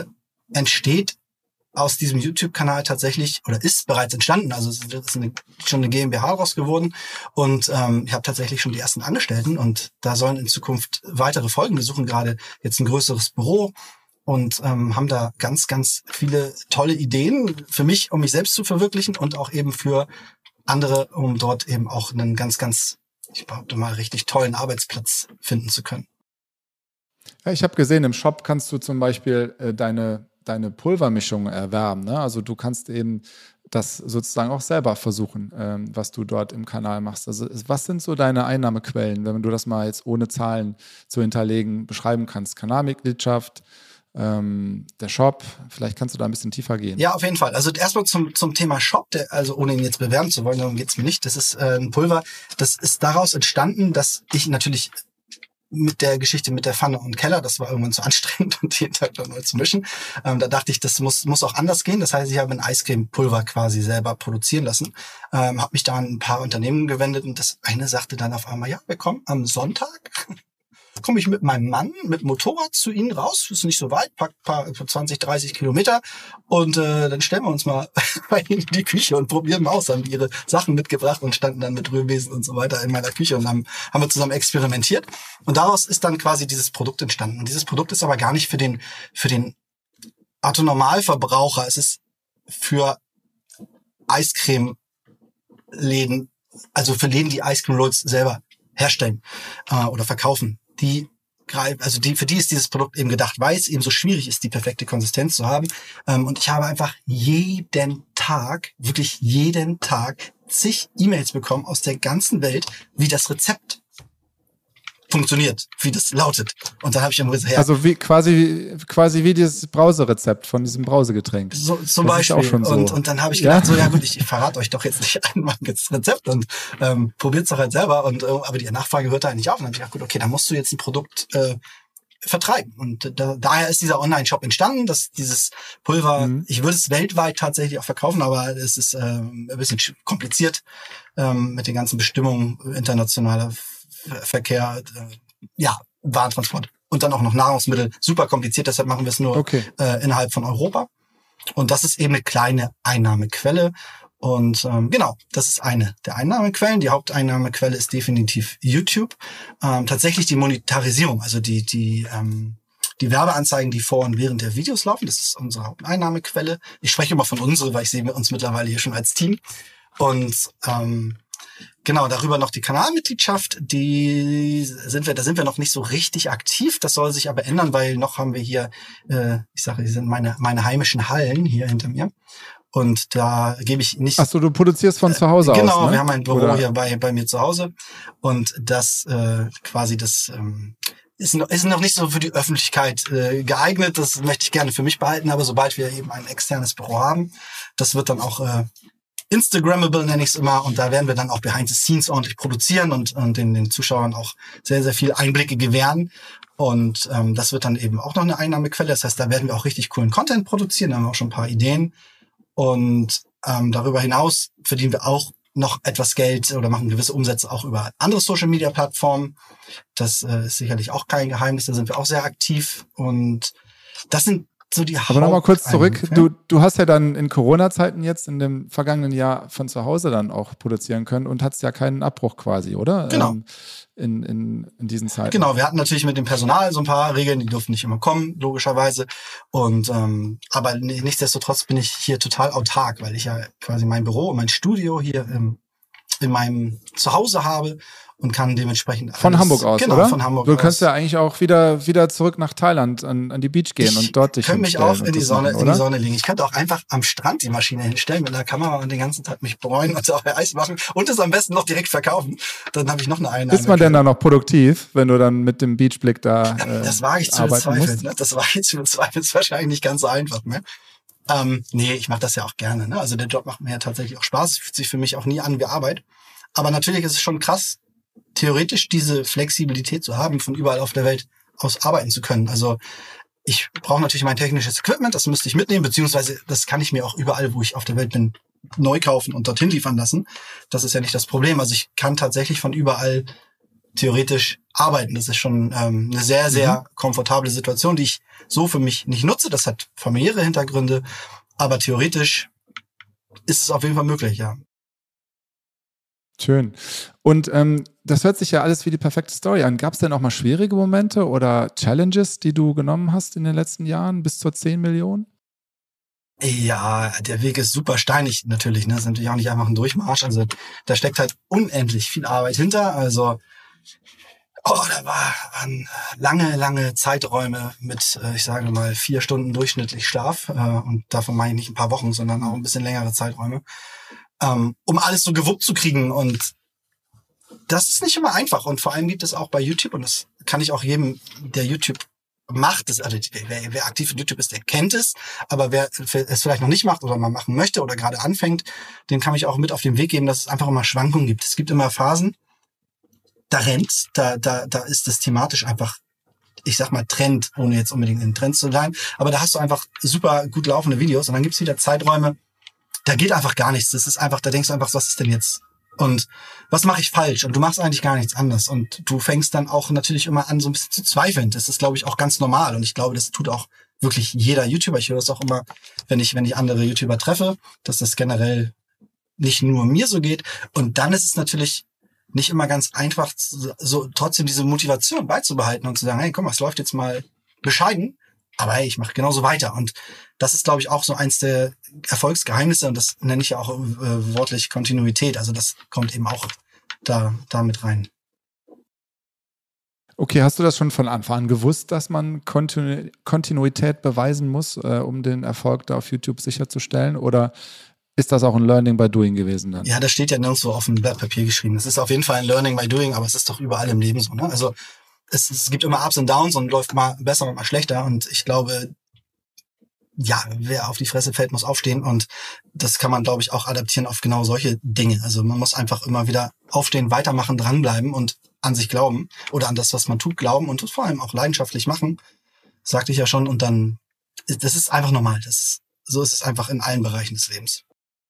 entsteht aus diesem YouTube-Kanal tatsächlich, oder ist bereits entstanden, also es ist eine, schon eine GmbH raus geworden und ähm, ich habe tatsächlich schon die ersten Angestellten und da sollen in Zukunft weitere Folgen. Wir suchen gerade jetzt ein größeres Büro und ähm, haben da ganz, ganz viele tolle Ideen für mich, um mich selbst zu verwirklichen und auch eben für andere, um dort eben auch einen ganz, ganz, ich behaupte mal, richtig tollen Arbeitsplatz finden zu können. Ja, ich habe gesehen, im Shop kannst du zum Beispiel äh, deine deine Pulvermischung erwerben. Ne? Also du kannst eben das sozusagen auch selber versuchen, ähm, was du dort im Kanal machst. Also was sind so deine Einnahmequellen, wenn du das mal jetzt ohne Zahlen zu hinterlegen beschreiben kannst? Kanalmitgliedschaft, ähm, der Shop, vielleicht kannst du da ein bisschen tiefer gehen. Ja, auf jeden Fall. Also erstmal zum zum Thema Shop, der, also ohne ihn jetzt bewerben zu wollen, darum geht's mir nicht. Das ist äh, ein Pulver, das ist daraus entstanden, dass ich natürlich mit der Geschichte mit der Pfanne und Keller, das war irgendwann zu anstrengend und jeden Tag dann neu zu mischen. Ähm, da dachte ich, das muss muss auch anders gehen. Das heißt, ich habe ein Eiscreme-Pulver quasi selber produzieren lassen, ähm, habe mich da an ein paar Unternehmen gewendet und das eine sagte dann auf einmal, ja, wir kommen am Sonntag, komme ich mit meinem Mann mit Motorrad zu Ihnen raus, ist nicht so weit, packt paar zwanzig, dreißig Kilometer und äh, dann stellen wir uns mal bei Ihnen in die Küche und probieren mal aus. Haben die ihre Sachen mitgebracht und standen dann mit Rührwesen und so weiter in meiner Küche und haben, haben wir zusammen experimentiert und daraus ist dann quasi dieses Produkt entstanden. Und dieses Produkt ist aber gar nicht für den für den Autonormalverbraucher, es ist für Eiscreme-Läden, also für Läden, die Eiscreme-Rolls selber herstellen äh, oder verkaufen. Die also die, für die ist dieses Produkt eben gedacht, weil es eben so schwierig ist, die perfekte Konsistenz zu haben. Ähm, und ich habe einfach jeden Tag, wirklich jeden Tag zig E-Mails bekommen aus der ganzen Welt, wie das Rezept funktioniert, wie das lautet. Und dann habe ich immer gesagt, ja, also wie quasi quasi wie dieses Brauserezept von diesem Brausegetränk. So, zum das Beispiel. Ist auch schon so. Und, und dann habe ich gedacht, ja? so ja gut, ich, ich verrate euch doch jetzt nicht einmal das Rezept und ähm, probiert's doch halt selber. Und äh, aber die Nachfrage hört da nicht auf. Und dann habe ich gedacht, gut, okay, dann musst du jetzt ein Produkt äh, vertreiben. Und da, daher ist dieser Online-Shop entstanden, dass dieses Pulver, mhm. ich würde es weltweit tatsächlich auch verkaufen, aber es ist ähm, ein bisschen kompliziert ähm, mit den ganzen Bestimmungen internationaler Verkehr, äh, ja, Warentransport und dann auch noch Nahrungsmittel, super kompliziert, deshalb machen wir es nur okay. äh, innerhalb von Europa. Und das ist eben eine kleine Einnahmequelle. Und ähm, genau, das ist eine der Einnahmequellen. Die Haupteinnahmequelle ist definitiv YouTube. Ähm, tatsächlich die Monetarisierung, also die die ähm, die Werbeanzeigen, die vor und während der Videos laufen, das ist unsere Haupteinnahmequelle. Ich spreche immer von unsere, weil ich sehe uns mittlerweile hier schon als Team. Und ähm, genau, darüber noch die Kanalmitgliedschaft, die sind wir, da sind wir noch nicht so richtig aktiv. Das soll sich aber ändern, weil noch haben wir hier, äh, ich sage, hier sind meine meine heimischen Hallen hier hinter mir. Und da gebe ich nicht. Ach so, du produzierst von zu Hause äh, genau, aus. Genau, ne? wir haben ein Büro Oder? hier bei bei mir zu Hause und das äh, quasi das ähm, ist noch, ist noch nicht so für die Öffentlichkeit äh, geeignet. Das möchte ich gerne für mich behalten, aber sobald wir eben ein externes Büro haben, das wird dann auch äh, Instagrammable, nenne ich es immer, und da werden wir dann auch behind the scenes ordentlich produzieren und, und den, den Zuschauern auch sehr, sehr viel Einblicke gewähren. Und ähm, das wird dann eben auch noch eine Einnahmequelle. Das heißt, da werden wir auch richtig coolen Content produzieren. Da haben wir auch schon ein paar Ideen. Und ähm, darüber hinaus verdienen wir auch noch etwas Geld oder machen gewisse Umsätze auch über andere Social-Media-Plattformen. Das äh, ist sicherlich auch kein Geheimnis. Da sind wir auch sehr aktiv. Und das sind so die Aber nochmal kurz zurück. Du, du hast ja dann in Corona-Zeiten jetzt in dem vergangenen Jahr von zu Hause dann auch produzieren können und hattest ja keinen Abbruch quasi, oder? Genau. Ähm, in, in, in diesen Zeiten. Genau, wir hatten natürlich mit dem Personal so ein paar Regeln, die durften nicht immer kommen, logischerweise. Und ähm, aber nichtsdestotrotz bin ich hier total autark, weil ich ja quasi mein Büro und mein Studio hier im, in meinem Zuhause habe und kann dementsprechend von alles, Hamburg aus, genau, oder? Von Hamburg du aus. kannst ja eigentlich auch wieder wieder zurück nach Thailand an, an die Beach gehen ich und dort dich hinstellen. Ich könnte mich auch in die Sonne machen, in die Sonne legen. Ich könnte auch einfach am Strand die Maschine hinstellen mit einer Kamera und den ganzen Tag mich bräunen und auch Eis machen und es am besten noch direkt verkaufen. Dann habe ich noch eine Einnahme. Ist man denn da noch produktiv, wenn du dann mit dem Beachblick da äh, Das wage ich zu bezweifeln. Ne? Das wage ich zu bezweifeln. Ist wahrscheinlich nicht ganz so einfach. Ne? Ähm, nee, ich mache das ja auch gerne. Ne? Also der Job macht mir ja tatsächlich auch Spaß. Es fühlt sich für mich auch nie an wie Arbeit. Aber natürlich ist es schon krass, theoretisch diese Flexibilität zu haben, von überall auf der Welt aus arbeiten zu können. Also ich brauche natürlich mein technisches Equipment, das müsste ich mitnehmen, beziehungsweise das kann ich mir auch überall, wo ich auf der Welt bin, neu kaufen und dorthin liefern lassen. Das ist ja nicht das Problem. Also ich kann tatsächlich von überall theoretisch arbeiten. Das ist schon ähm, eine sehr, sehr mhm. komfortable Situation, die ich so für mich nicht nutze. Das hat familiäre Hintergründe, aber theoretisch ist es auf jeden Fall möglich, ja. Schön. Und ähm, das hört sich ja alles wie die perfekte Story an. Gab es denn auch mal schwierige Momente oder Challenges, die du genommen hast in den letzten Jahren bis zur zehn Millionen? Ja, der Weg ist super steinig natürlich. Ne? Das ist natürlich auch nicht einfach ein Durchmarsch. Also da steckt halt unendlich viel Arbeit hinter. Also oh, da war, waren lange, lange Zeiträume mit, äh, ich sage mal, vier Stunden durchschnittlich Schlaf. Äh, und davon meine ich nicht ein paar Wochen, sondern auch ein bisschen längere Zeiträume. Ähm, um alles so gewuppt zu kriegen. Und das ist nicht immer einfach. Und vor allem gibt es auch bei YouTube, und das kann ich auch jedem, der YouTube macht, das, also wer, wer aktiv in YouTube ist, der kennt es. Aber wer es vielleicht noch nicht macht oder mal machen möchte oder gerade anfängt, den kann ich auch mit auf den Weg geben, dass es einfach immer Schwankungen gibt. Es gibt immer Phasen, da rennt's, da, da, da ist das thematisch einfach, ich sag mal, Trend, ohne jetzt unbedingt in den Trend zu sein. Aber da hast du einfach super gut laufende Videos und dann gibt's wieder Zeiträume, da geht einfach gar nichts. Das ist einfach, da denkst du einfach, was ist denn jetzt? Und was mache ich falsch? Und du machst eigentlich gar nichts anders. Und du fängst dann auch natürlich immer an, so ein bisschen zu zweifeln. Das ist, glaube ich, auch ganz normal. Und ich glaube, das tut auch wirklich jeder YouTuber. Ich höre das auch immer, wenn ich, wenn ich andere YouTuber treffe, dass das generell nicht nur mir so geht. Und dann ist es natürlich nicht immer ganz einfach, so trotzdem diese Motivation beizubehalten und zu sagen, hey, komm mal, es läuft jetzt mal bescheiden. Aber hey, ich mache genauso weiter. Und das ist, glaube ich, auch so eins der Erfolgsgeheimnisse. Und das nenne ich ja auch äh, wortlich Kontinuität. Also das kommt eben auch da, da mit rein. Okay, hast du das schon von Anfang an gewusst, dass man Kontinu- Kontinuität beweisen muss, äh, um den Erfolg da auf YouTube sicherzustellen? Oder ist das auch ein Learning by Doing gewesen dann? Ja, das steht ja nirgendwo auf dem Blatt Papier geschrieben. Es ist auf jeden Fall ein Learning by Doing, aber es ist doch überall im Leben so. Ne? Also es, es gibt immer Ups und Downs und läuft mal besser und mal schlechter. Und ich glaube, ja, wer auf die Fresse fällt, muss aufstehen. Und das kann man, glaube ich, auch adaptieren auf genau solche Dinge. Also man muss einfach immer wieder aufstehen, weitermachen, dranbleiben und an sich glauben oder an das, was man tut, glauben und vor allem auch leidenschaftlich machen. Das sagte ich ja schon. Und dann, das ist einfach normal. Das ist, so ist es einfach in allen Bereichen des Lebens.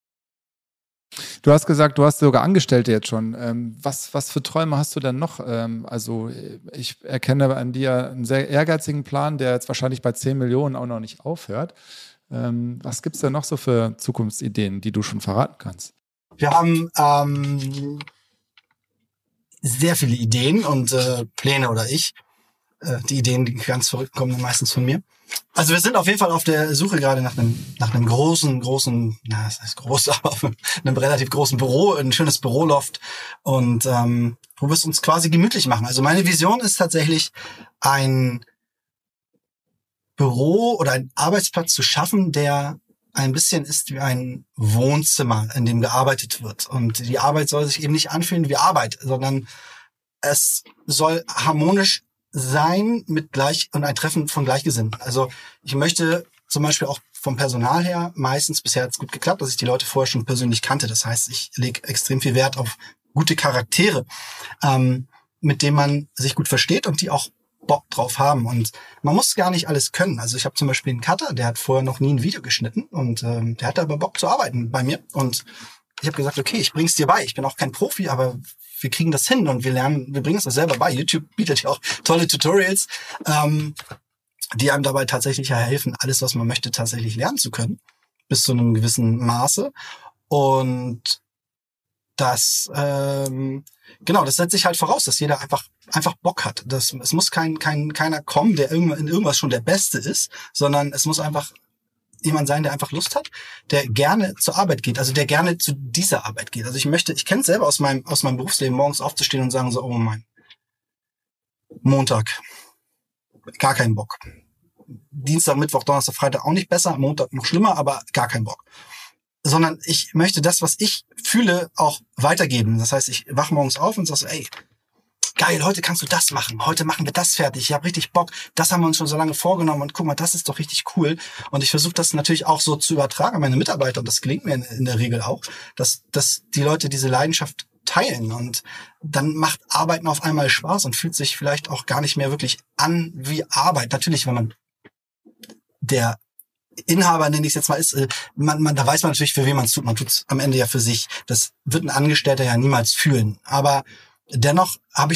Du hast gesagt, du hast sogar Angestellte jetzt schon. Ähm, was, was für Träume hast du denn noch? Ähm, also ich erkenne an dir einen sehr ehrgeizigen Plan, der jetzt wahrscheinlich bei zehn Millionen auch noch nicht aufhört. Ähm, was gibt es denn noch so für Zukunftsideen, die du schon verraten kannst? Wir haben ähm, sehr viele Ideen und äh, Pläne oder ich. Äh, die Ideen, die ganz verrückt kommen, dann meistens von mir. Also wir sind auf jeden Fall auf der Suche gerade nach einem nach einem großen, großen, na, das heißt groß, aber auf einem relativ großen Büro, ein schönes Büroloft und ähm, wo wir es uns quasi gemütlich machen. Also meine Vision ist tatsächlich, ein Büro oder einen Arbeitsplatz zu schaffen, der ein bisschen ist wie ein Wohnzimmer, in dem gearbeitet wird. Und die Arbeit soll sich eben nicht anfühlen wie Arbeit, sondern es soll harmonisch sein mit gleich und ein Treffen von Gleichgesinnten. Also ich möchte zum Beispiel auch vom Personal her, meistens bisher hat es gut geklappt, dass ich die Leute vorher schon persönlich kannte. Das heißt, ich lege extrem viel Wert auf gute Charaktere, ähm, mit denen man sich gut versteht und die auch Bock drauf haben. Und man muss gar nicht alles können. Also ich habe zum Beispiel einen Cutter, der hat vorher noch nie ein Video geschnitten und ähm, der hatte aber Bock zu arbeiten bei mir. Und ich habe gesagt, okay, ich bring's dir bei. Ich bin auch kein Profi, aber wir kriegen das hin und wir lernen, wir bringen uns das selber bei. YouTube bietet ja auch tolle Tutorials, ähm, die einem dabei tatsächlich helfen, alles, was man möchte, tatsächlich lernen zu können, bis zu einem gewissen Maße. Und das, ähm, genau, das setzt sich halt voraus, dass jeder einfach einfach Bock hat. Das, es muss kein kein keiner kommen, der in irgendwas schon der Beste ist, sondern es muss einfach jemand sein, der einfach Lust hat, der gerne zur Arbeit geht, also der gerne zu dieser Arbeit geht. Also ich möchte, ich kenne es selber aus meinem aus meinem Berufsleben, morgens aufzustehen und sagen so, oh mein, Montag, gar keinen Bock. Dienstag, Mittwoch, Donnerstag, Freitag auch nicht besser, Montag noch schlimmer, aber gar keinen Bock. Sondern ich möchte das, was ich fühle, auch weitergeben. Das heißt, ich wach morgens auf und sag so, ey, geil, heute kannst du das machen, heute machen wir das fertig, ich habe richtig Bock, das haben wir uns schon so lange vorgenommen und guck mal, das ist doch richtig cool. Und ich versuche das natürlich auch so zu übertragen an meine Mitarbeiter und das gelingt mir in, in der Regel auch, dass, dass die Leute diese Leidenschaft teilen und dann macht Arbeiten auf einmal Spaß und fühlt sich vielleicht auch gar nicht mehr wirklich an wie Arbeit. Natürlich, wenn man der Inhaber, nenne ich es jetzt mal, ist, man, man, da weiß man natürlich, für wen man es tut. Man tut es am Ende ja für sich. Das wird ein Angestellter ja niemals fühlen. Aber dennoch habe ich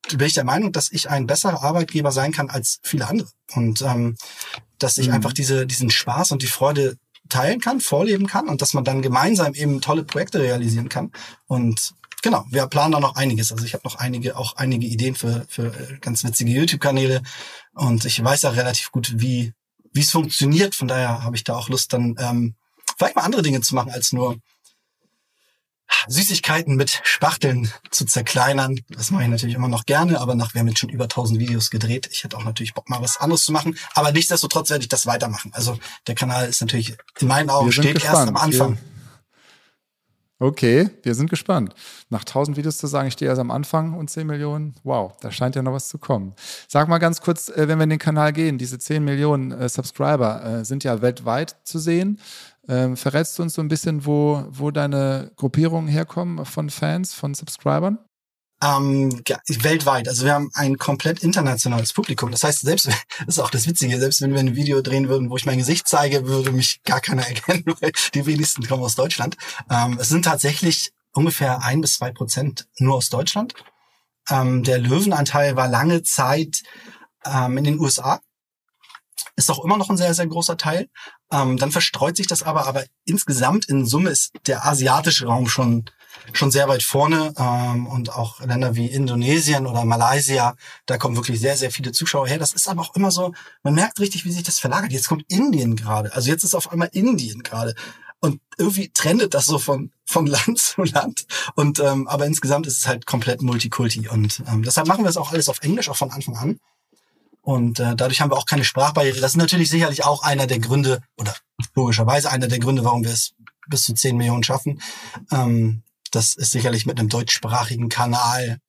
bin ich der Meinung, dass ich ein besserer Arbeitgeber sein kann als viele andere. Und ähm, dass ich mhm. einfach diese diesen Spaß und die Freude teilen kann, vorleben kann und dass man dann gemeinsam eben tolle Projekte realisieren kann. Und genau, wir planen da noch einiges. Also ich habe noch einige, auch einige Ideen für für ganz witzige YouTube-Kanäle und ich weiß ja relativ gut, wie wie es funktioniert. Von daher habe ich da auch Lust, dann ähm, vielleicht mal andere Dinge zu machen, als nur Süßigkeiten mit Spachteln zu zerkleinern. Das mache ich natürlich immer noch gerne, aber nach wir haben jetzt schon über tausend Videos gedreht. Ich hätte auch natürlich Bock, mal was anderes zu machen. Aber nichtsdestotrotz werde ich das weitermachen. Also der Kanal ist natürlich in meinen Augen steht gespannt. Erst am Anfang. Wir Okay, wir sind gespannt. Nach tausend Videos zu sagen, ich stehe erst am Anfang und zehn Millionen, wow, da scheint ja noch was zu kommen. Sag mal ganz kurz, wenn wir in den Kanal gehen, diese zehn Millionen äh, Subscriber äh, sind ja weltweit zu sehen. Ähm, verrätst du uns so ein bisschen, wo, wo deine Gruppierungen herkommen von Fans, von Subscribern? Ähm, ja, weltweit. Also wir haben ein komplett internationales Publikum. Das heißt, selbst, das ist auch das Witzige, selbst wenn wir ein Video drehen würden, wo ich mein Gesicht zeige, würde mich gar keiner erkennen, weil die wenigsten kommen aus Deutschland. Ähm, es sind tatsächlich ungefähr ein bis zwei Prozent nur aus Deutschland. Ähm, der Löwenanteil war lange Zeit ähm, in den U S A. Ist auch immer noch ein sehr, sehr großer Teil. Ähm, dann verstreut sich das aber, aber insgesamt in Summe ist der asiatische Raum schon schon sehr weit vorne ähm, und auch Länder wie Indonesien oder Malaysia, da kommen wirklich sehr, sehr viele Zuschauer her. Das ist aber auch immer so, man merkt richtig, wie sich das verlagert. Jetzt kommt Indien gerade, also jetzt ist auf einmal Indien gerade und irgendwie trendet das so von von Land zu Land und ähm, aber insgesamt ist es halt komplett Multikulti und ähm, deshalb machen wir es auch alles auf Englisch, auch von Anfang an. Und äh, dadurch haben wir auch keine Sprachbarriere. Das ist natürlich sicherlich auch einer der Gründe, oder logischerweise einer der Gründe, warum wir es bis zu zehn Millionen schaffen. Ähm, das ist sicherlich mit einem deutschsprachigen Kanal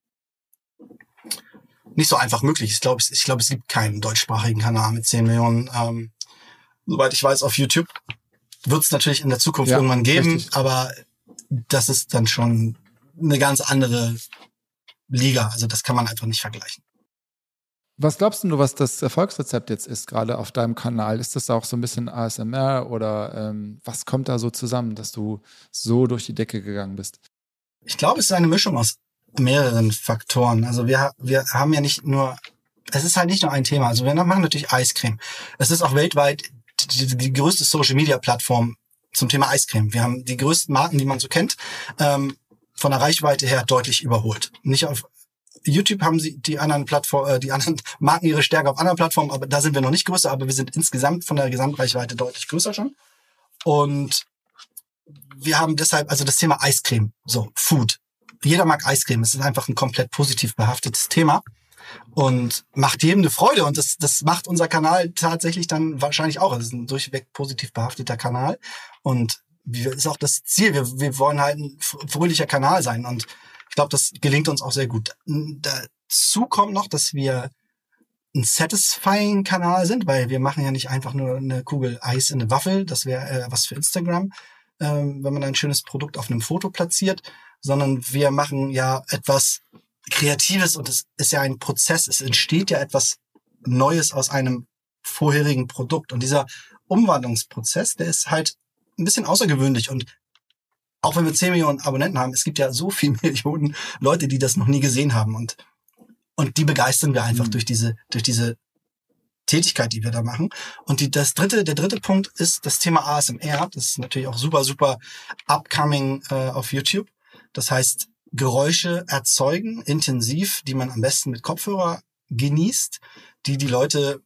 nicht so einfach möglich. Ich glaube, ich glaube, es gibt keinen deutschsprachigen Kanal mit zehn Millionen. Ähm, soweit ich weiß, auf YouTube wird es natürlich in der Zukunft ja, irgendwann geben, richtig. Aber das ist dann schon eine ganz andere Liga. Also das kann man einfach nicht vergleichen. Was glaubst du, was das Erfolgsrezept jetzt ist, gerade auf deinem Kanal? Ist das auch so ein bisschen A S M R oder ähm, was kommt da so zusammen, dass du so durch die Decke gegangen bist? Ich glaube, es ist eine Mischung aus mehreren Faktoren. Also wir, wir haben ja nicht nur, es ist halt nicht nur ein Thema. Also wir machen natürlich Eiscreme. Es ist auch weltweit die, die größte Social-Media-Plattform zum Thema Eiscreme. Wir haben die größten Marken, die man so kennt, ähm, von der Reichweite her deutlich überholt. Nicht auf YouTube haben sie die anderen Plattformen, die anderen Marken ihre Stärke auf anderen Plattformen, aber da sind wir noch nicht größer, aber wir sind insgesamt von der Gesamtreichweite deutlich größer schon. Und wir haben deshalb, also das Thema Eiscreme, so Food. Jeder mag Eiscreme. Es ist einfach ein komplett positiv behaftetes Thema und macht jedem eine Freude. Und das, das macht unser Kanal tatsächlich dann wahrscheinlich auch. Es ist ein durchweg positiv behafteter Kanal. Und das ist auch das Ziel. Wir, wir wollen halt ein fröhlicher Kanal sein. Und ich glaube, das gelingt uns auch sehr gut. Dazu kommt noch, dass wir ein satisfying Kanal sind, weil wir machen ja nicht einfach nur eine Kugel Eis in eine Waffel. Das wäre äh, was für Instagram, äh, wenn man ein schönes Produkt auf einem Foto platziert, sondern wir machen ja etwas Kreatives und es ist ja ein Prozess. Es entsteht ja etwas Neues aus einem vorherigen Produkt. Und dieser Umwandlungsprozess, der ist halt ein bisschen außergewöhnlich. Und auch wenn wir zehn Millionen Abonnenten haben, es gibt ja so viele Millionen Leute, die das noch nie gesehen haben. Und und die begeistern wir einfach mhm. durch diese durch diese Tätigkeit, die wir da machen. Und die, das dritte, der dritte Punkt ist das Thema A S M R. Das ist natürlich auch super, super upcoming äh, auf YouTube. Das heißt, Geräusche erzeugen, intensiv, die man am besten mit Kopfhörer genießt, die die Leute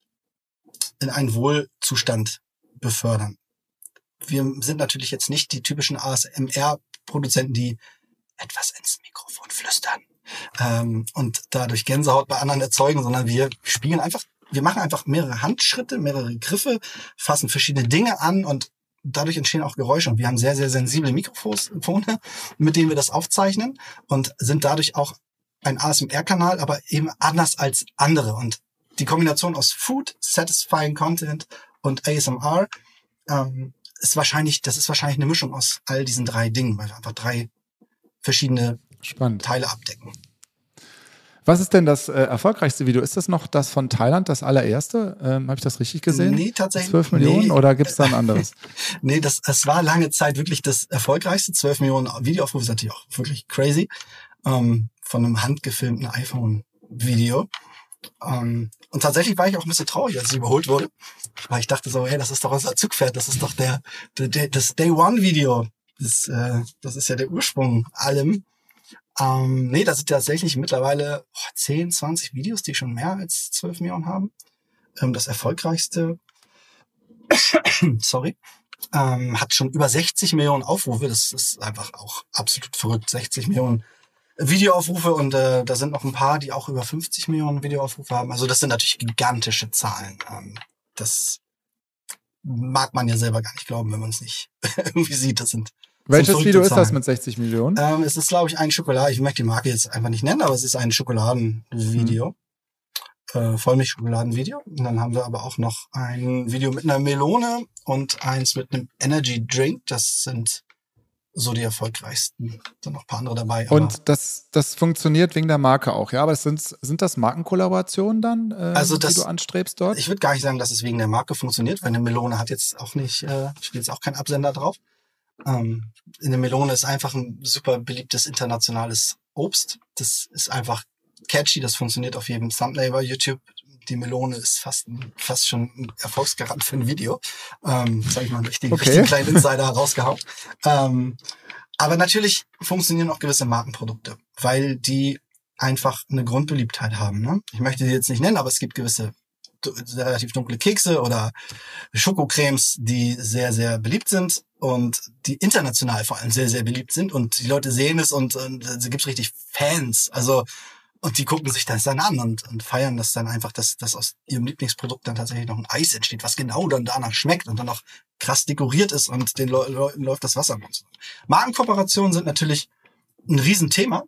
in einen Wohlzustand befördern. Wir sind natürlich jetzt nicht die typischen A S M R-Produzenten, die etwas ins Mikrofon flüstern ähm, und dadurch Gänsehaut bei anderen erzeugen, sondern wir spielen einfach, wir machen einfach mehrere Handschritte, mehrere Griffe, fassen verschiedene Dinge an und dadurch entstehen auch Geräusche. Und wir haben sehr, sehr sensible Mikrofone, mit denen wir das aufzeichnen und sind dadurch auch ein A S M R-Kanal, aber eben anders als andere. Und die Kombination aus Food, Satisfying Content und A S M R ähm, ist wahrscheinlich, das ist wahrscheinlich eine Mischung aus all diesen drei Dingen, weil wir einfach drei verschiedene Spannend. Teile abdecken. Was ist denn das äh, erfolgreichste Video? Ist das noch das von Thailand, das allererste? Ähm, Habe ich das richtig gesehen? Nee, tatsächlich. zwölf Millionen nee. Oder gibt es da ein anderes? nee, das, das war lange Zeit wirklich das erfolgreichste. zwölf Millionen Videoaufrufe ist natürlich auch wirklich crazy. Ähm, von einem handgefilmten iPhone-Video. Ähm, und tatsächlich war ich auch ein bisschen traurig, als ich überholt wurde, weil ich dachte so, hey, das ist doch unser Zugpferd, das ist doch der, der das Day-One-Video. Das, äh, das ist ja der Ursprung allem. Ähm, nee, das sind tatsächlich mittlerweile oh, zehn, zwanzig Videos, die schon mehr als zwölf Millionen haben. Ähm, das erfolgreichste, sorry, ähm, hat schon über sechzig Millionen Aufrufe. Das ist einfach auch absolut verrückt. sechzig Millionen Videoaufrufe und äh, da sind noch ein paar, die auch über fünfzig Millionen Videoaufrufe haben. Also das sind natürlich gigantische Zahlen. Ähm, das mag man ja selber gar nicht glauben, wenn man es nicht irgendwie sieht. Das sind Welches Video ist das mit sechzig Millionen? Ähm, es ist, glaube ich, ein Schokolade. Ich möchte die Marke jetzt einfach nicht nennen, aber es ist ein Schokoladenvideo. Hm. Äh, Vollmilchschokoladenvideo. Und dann haben wir aber auch noch ein Video mit einer Melone und eins mit einem Energy Drink. Das sind so die erfolgreichsten. Dann noch ein paar andere dabei. Und das, das funktioniert wegen der Marke auch, ja? Aber das sind, sind das Markenkollaborationen dann, äh, also das, die du anstrebst dort? Ich würde gar nicht sagen, dass es wegen der Marke funktioniert, weil eine Melone hat jetzt auch nicht, äh, steht jetzt auch kein Absender drauf. Ähm, eine Melone ist einfach ein super beliebtes internationales Obst. Das ist einfach catchy, das funktioniert auf jedem Thumbnail bei YouTube. Die Melone ist fast fast schon ein Erfolgsgarant für ein Video. Ähm, das habe ich mal einen richtigen, okay. richtigen kleinen Insider rausgehauen. Ähm, aber natürlich funktionieren auch gewisse Markenprodukte, weil die einfach eine Grundbeliebtheit haben. Ne? Ich möchte die jetzt nicht nennen, aber es gibt gewisse relativ dunkle Kekse oder Schokocremes, die sehr, sehr beliebt sind und die international vor allem sehr, sehr beliebt sind und die Leute sehen es und, und da gibt's richtig Fans, also und die gucken sich das dann an und, und feiern das dann einfach, dass, dass aus ihrem Lieblingsprodukt dann tatsächlich noch ein Eis entsteht, was genau dann danach schmeckt und dann noch krass dekoriert ist und den Le- Leuten läuft das Wasser runter. Markenkooperationen sind natürlich ein Riesenthema.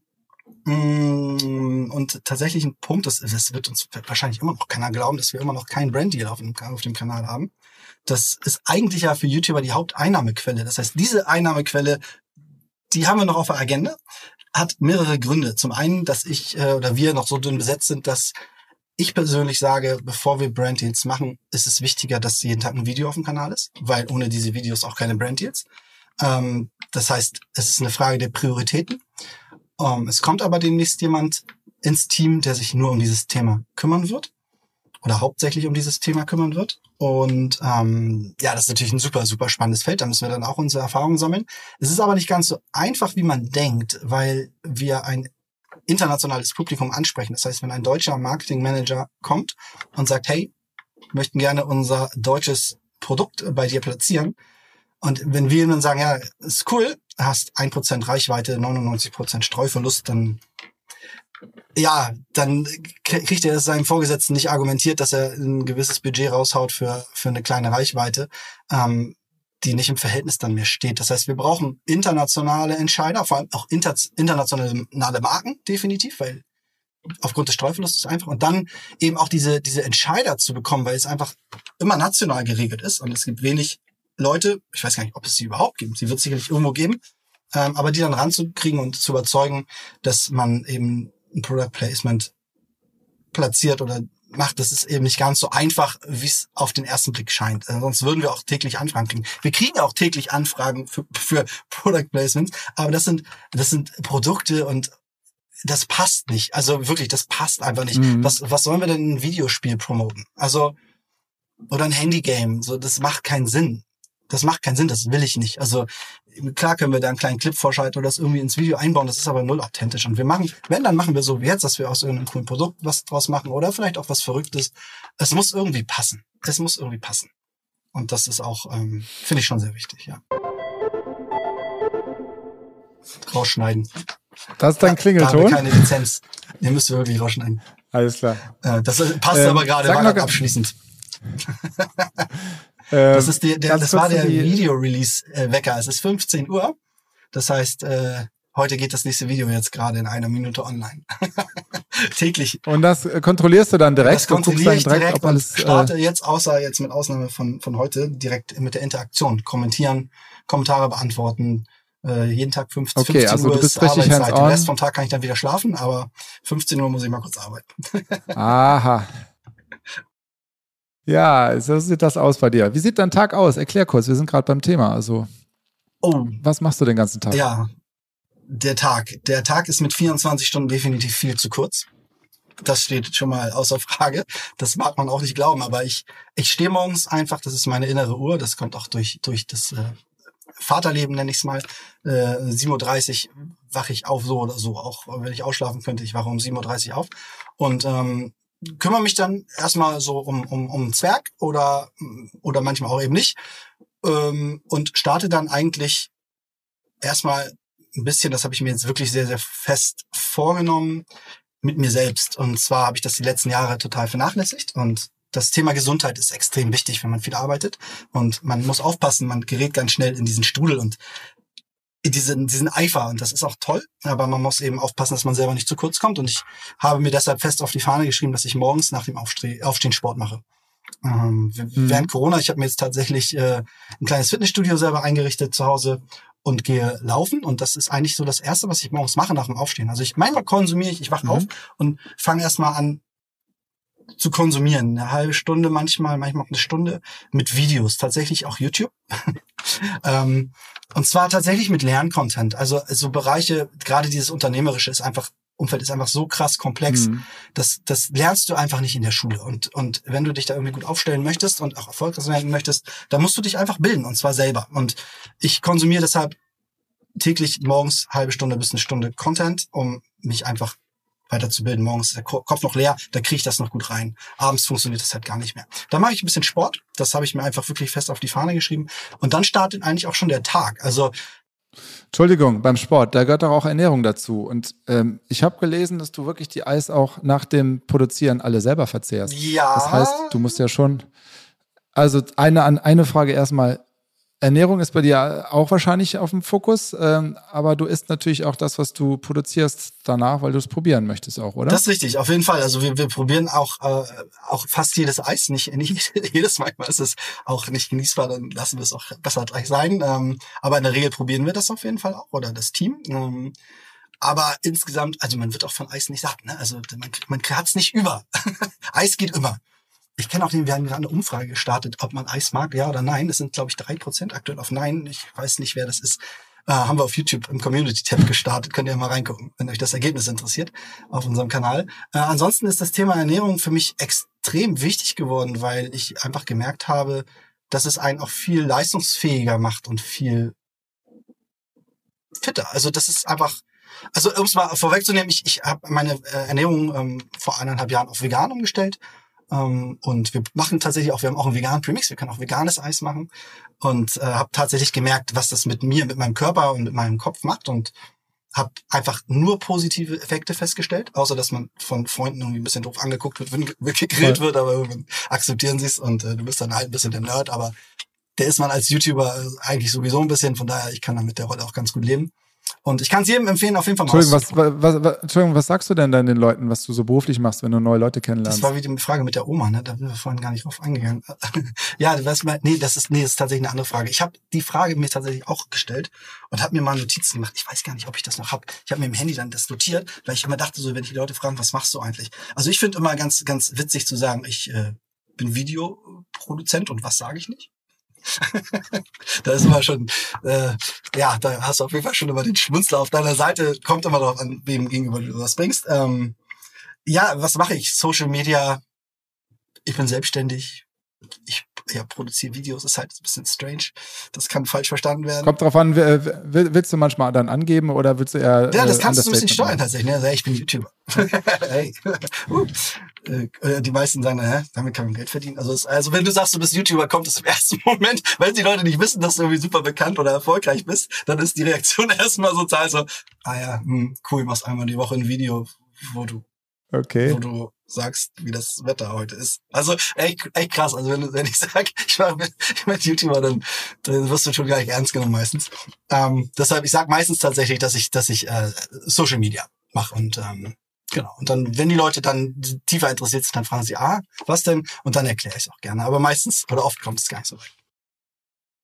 Und tatsächlich ein Punkt, das, das wird uns wahrscheinlich immer noch keiner glauben, dass wir immer noch keinen Branddeal auf dem, auf dem Kanal haben. Das ist eigentlich ja für YouTuber die Haupteinnahmequelle. Das heißt, diese Einnahmequelle, die haben wir noch auf der Agenda, hat mehrere Gründe. Zum einen, dass ich äh, oder wir noch so dünn besetzt sind, dass ich persönlich sage, bevor wir Branddeals machen, ist es wichtiger, dass jeden Tag ein Video auf dem Kanal ist, weil ohne diese Videos auch keine Branddeals. Ähm, das heißt, es ist eine Frage der Prioritäten. Um, es kommt aber demnächst jemand ins Team, der sich nur um dieses Thema kümmern wird oder hauptsächlich um dieses Thema kümmern wird. Und ähm, ja, das ist natürlich ein super, super spannendes Feld. Da müssen wir dann auch unsere Erfahrungen sammeln. Es ist aber nicht ganz so einfach, wie man denkt, weil wir ein internationales Publikum ansprechen. Das heißt, wenn ein deutscher Marketingmanager kommt und sagt, hey, wir möchten gerne unser deutsches Produkt bei dir platzieren, und wenn wir ihm dann sagen, ja, ist cool, hast ein Prozent Reichweite, neunundneunzig Prozent Streuverlust, dann, ja, dann kriegt er seinem Vorgesetzten nicht argumentiert, dass er ein gewisses Budget raushaut für, für eine kleine Reichweite, ähm, die nicht im Verhältnis dann mehr steht. Das heißt, wir brauchen internationale Entscheider, vor allem auch inter, internationale Marken, definitiv, weil aufgrund des Streuverlustes einfach. Und dann eben auch diese, diese Entscheider zu bekommen, weil es einfach immer national geregelt ist und es gibt wenig Leute, ich weiß gar nicht, ob es sie überhaupt gibt, sie wird es sicherlich irgendwo geben, ähm, aber die dann ranzukriegen und zu überzeugen, dass man eben ein Product Placement platziert oder macht, das ist eben nicht ganz so einfach, wie es auf den ersten Blick scheint. Äh, sonst würden wir auch täglich Anfragen kriegen. Wir kriegen auch täglich Anfragen für, für Product Placements, aber das sind das sind Produkte und das passt nicht. Also wirklich, das passt einfach nicht. Mhm. Was was sollen wir denn in ein Videospiel promoten? Also oder ein Handygame, so das macht keinen Sinn. Das macht keinen Sinn, das will ich nicht. Also klar können wir da einen kleinen Clip vorschalten oder das irgendwie ins Video einbauen, das ist aber null authentisch. Und wir machen, wenn, dann machen wir so wie jetzt, dass wir aus irgendeinem coolen Produkt was draus machen oder vielleicht auch was Verrücktes. Es muss irgendwie passen. Es muss irgendwie passen. Und das ist auch, ähm, finde ich schon sehr wichtig, ja. Rausschneiden. Das ist dein Klingelton? Da haben wir keine Lizenz. Den müsst ihr wirklich rausschneiden. Alles klar. Äh, das passt ähm, aber gerade mal abschließend. Das ist der, der das war der Video-Release-Wecker. Es ist fünfzehn Uhr. Das heißt, äh, heute geht das nächste Video jetzt gerade in einer Minute online. Täglich. Und das kontrollierst du dann direkt? Das kontrolliere ich direkt, direkt ob alles, und starte äh jetzt, außer jetzt mit Ausnahme von, von heute, direkt mit der Interaktion. Kommentieren, Kommentare beantworten. Äh, jeden Tag fünfzehn, okay, fünfzehn also Uhr du bist ist richtig Arbeitszeit. Den hands-on. Rest vom Tag kann ich dann wieder schlafen, aber fünfzehn Uhr muss ich mal kurz arbeiten. Aha. Ja, so sieht das aus bei dir. Wie sieht dein Tag aus? Erklär kurz, wir sind gerade beim Thema. Also, oh. Was machst du den ganzen Tag? Ja, der Tag. Der Tag ist mit vierundzwanzig Stunden definitiv viel zu kurz. Das steht schon mal außer Frage. Das mag man auch nicht glauben, aber ich ich stehe morgens einfach, das ist meine innere Uhr, das kommt auch durch durch das äh, Vaterleben, nenne ich es mal. Äh, sieben Uhr dreißig wache ich auf, so oder so, auch wenn ich ausschlafen könnte, ich wache um sieben Uhr dreißig auf und ähm, kümmere mich dann erstmal so um um um Zwerg oder oder manchmal auch eben nicht ähm, und starte dann eigentlich erstmal ein bisschen, das habe ich mir jetzt wirklich sehr, sehr fest vorgenommen, mit mir selbst. Und zwar habe ich das die letzten Jahre total vernachlässigt. Und das Thema Gesundheit ist extrem wichtig, wenn man viel arbeitet. Und man muss aufpassen, man gerät ganz schnell in diesen Strudel und in diesen, diesen Eifer. Und das ist auch toll. Aber man muss eben aufpassen, dass man selber nicht zu kurz kommt. Und ich habe mir deshalb fest auf die Fahne geschrieben, dass ich morgens nach dem Aufsteh- Aufstehen Sport mache. Ähm, mhm. Während Corona, ich habe mir jetzt tatsächlich äh, ein kleines Fitnessstudio selber eingerichtet zu Hause und gehe laufen. Und das ist eigentlich so das Erste, was ich morgens mache nach dem Aufstehen. Also ich manchmal konsumiere ich, ich wache mhm. auf und fange erstmal an zu konsumieren. Eine halbe Stunde manchmal, manchmal auch eine Stunde mit Videos. Tatsächlich auch YouTube. ähm, und zwar tatsächlich mit Lerncontent. Also so Bereiche, gerade dieses Unternehmerische ist einfach, Umfeld ist einfach so krass komplex. Mhm. Das, das lernst du einfach nicht in der Schule. Und, und wenn du dich da irgendwie gut aufstellen möchtest und auch erfolgreich werden möchtest, dann musst du dich einfach bilden und zwar selber. Und ich konsumiere deshalb täglich morgens halbe Stunde bis eine Stunde Content, um mich einfach weiterzubilden. Morgens ist der Kopf noch leer, da kriege ich das noch gut rein. Abends funktioniert das halt gar nicht mehr. Dann mache ich ein bisschen Sport. Das habe ich mir einfach wirklich fest auf die Fahne geschrieben. Und dann startet eigentlich auch schon der Tag. Also Entschuldigung, beim Sport, da gehört doch auch Ernährung dazu. Und ähm, ich habe gelesen, dass du wirklich die Eis auch nach dem Produzieren alle selber verzehrst. Ja. Das heißt, du musst ja schon, also eine, eine Frage erstmal, Ernährung ist bei dir auch wahrscheinlich auf dem Fokus, ähm, aber du isst natürlich auch das, was du produzierst danach, weil du es probieren möchtest auch, oder? Das ist richtig, auf jeden Fall. Also wir, wir probieren auch äh, auch fast jedes Eis, nicht, nicht jedes Mal ist es auch nicht genießbar, dann lassen wir es auch besser gleich sein. Ähm, aber in der Regel probieren wir das auf jeden Fall auch, oder das Team. Ähm, aber insgesamt, also man wird auch von Eis nicht satt, ne? Also man, man hat es nicht über. Eis geht immer. Ich kenne auch den, wir haben gerade eine Umfrage gestartet, ob man Eis mag, ja oder nein. Das sind, glaube ich, drei Prozent aktuell auf Nein. Ich weiß nicht, wer das ist. Äh, haben wir auf YouTube im Community-Tab gestartet. Könnt ihr mal reingucken, wenn euch das Ergebnis interessiert, auf unserem Kanal. Äh, ansonsten ist das Thema Ernährung für mich extrem wichtig geworden, weil ich einfach gemerkt habe, dass es einen auch viel leistungsfähiger macht und viel fitter. Also das ist einfach... Also um es mal vorwegzunehmen, ich, ich habe meine äh, Ernährung ähm, vor eineinhalb Jahren auf vegan umgestellt. Um, und wir machen tatsächlich auch, wir haben auch einen veganen Premix, wir können auch veganes Eis machen und äh, habe tatsächlich gemerkt, was das mit mir, mit meinem Körper und mit meinem Kopf macht und habe einfach nur positive Effekte festgestellt, außer dass man von Freunden irgendwie ein bisschen doof angeguckt wird, wenn gegrillt wird, aber irgendwann akzeptieren sie es und äh, du bist dann halt ein bisschen der Nerd, aber der ist man als YouTuber eigentlich sowieso ein bisschen, von daher, ich kann dann mit der Rolle auch ganz gut leben. Und ich kann es jedem empfehlen, auf jeden Fall mal Entschuldigung, was, was, was, Entschuldigung, was sagst du denn dann den Leuten, was du so beruflich machst, wenn du neue Leute kennenlernst? Das war wie die Frage mit der Oma, ne? Da sind wir vorhin gar nicht drauf eingegangen. Ja, du weißt mal, nee, das ist, nee, das ist tatsächlich eine andere Frage. Ich habe die Frage mir tatsächlich auch gestellt und habe mir mal Notizen gemacht. Ich weiß gar nicht, ob ich das noch habe. Ich habe mir im Handy dann das notiert, weil ich immer dachte, so, wenn ich die Leute fragen, was machst du eigentlich? Also ich finde immer ganz, ganz witzig zu sagen, ich äh, bin Videoproduzent und was sage ich nicht? Da ist immer schon, äh, ja, da hast du auf jeden Fall schon immer den Schmunzler auf deiner Seite. Kommt immer darauf an, wem gegenüber du was bringst. Ähm, ja, was mache ich? Social Media. Ich bin selbstständig. Ich ja, produziere Videos. Ist halt ein bisschen strange. Das kann falsch verstanden werden. Kommt drauf an, willst du manchmal dann angeben oder willst du eher... Ja, das kannst du ein bisschen steuern tatsächlich. Ne? Also, ich bin YouTuber. Hey. uh. Die meisten sagen, hä, damit kann man Geld verdienen. Also, es, also wenn du sagst, du bist YouTuber, kommt es im ersten Moment, weil die Leute nicht wissen, dass du irgendwie super bekannt oder erfolgreich bist, dann ist die Reaktion erstmal so total so, ah ja, hm, cool, machst einmal die Woche ein Video, wo du, okay. wo du sagst, wie das Wetter heute ist. Also echt, echt krass. Also wenn, wenn ich sage, ich war mit, mit YouTuber, dann, dann wirst du schon gar nicht ernst genommen meistens. Ähm, deshalb, ich sage meistens tatsächlich, dass ich, dass ich äh, Social Media mache und ähm, genau. Und dann, wenn die Leute dann tiefer interessiert sind, dann fragen sie, ah, was denn? Und dann erkläre ich es auch gerne. Aber meistens oder oft kommt es gar nicht so weit.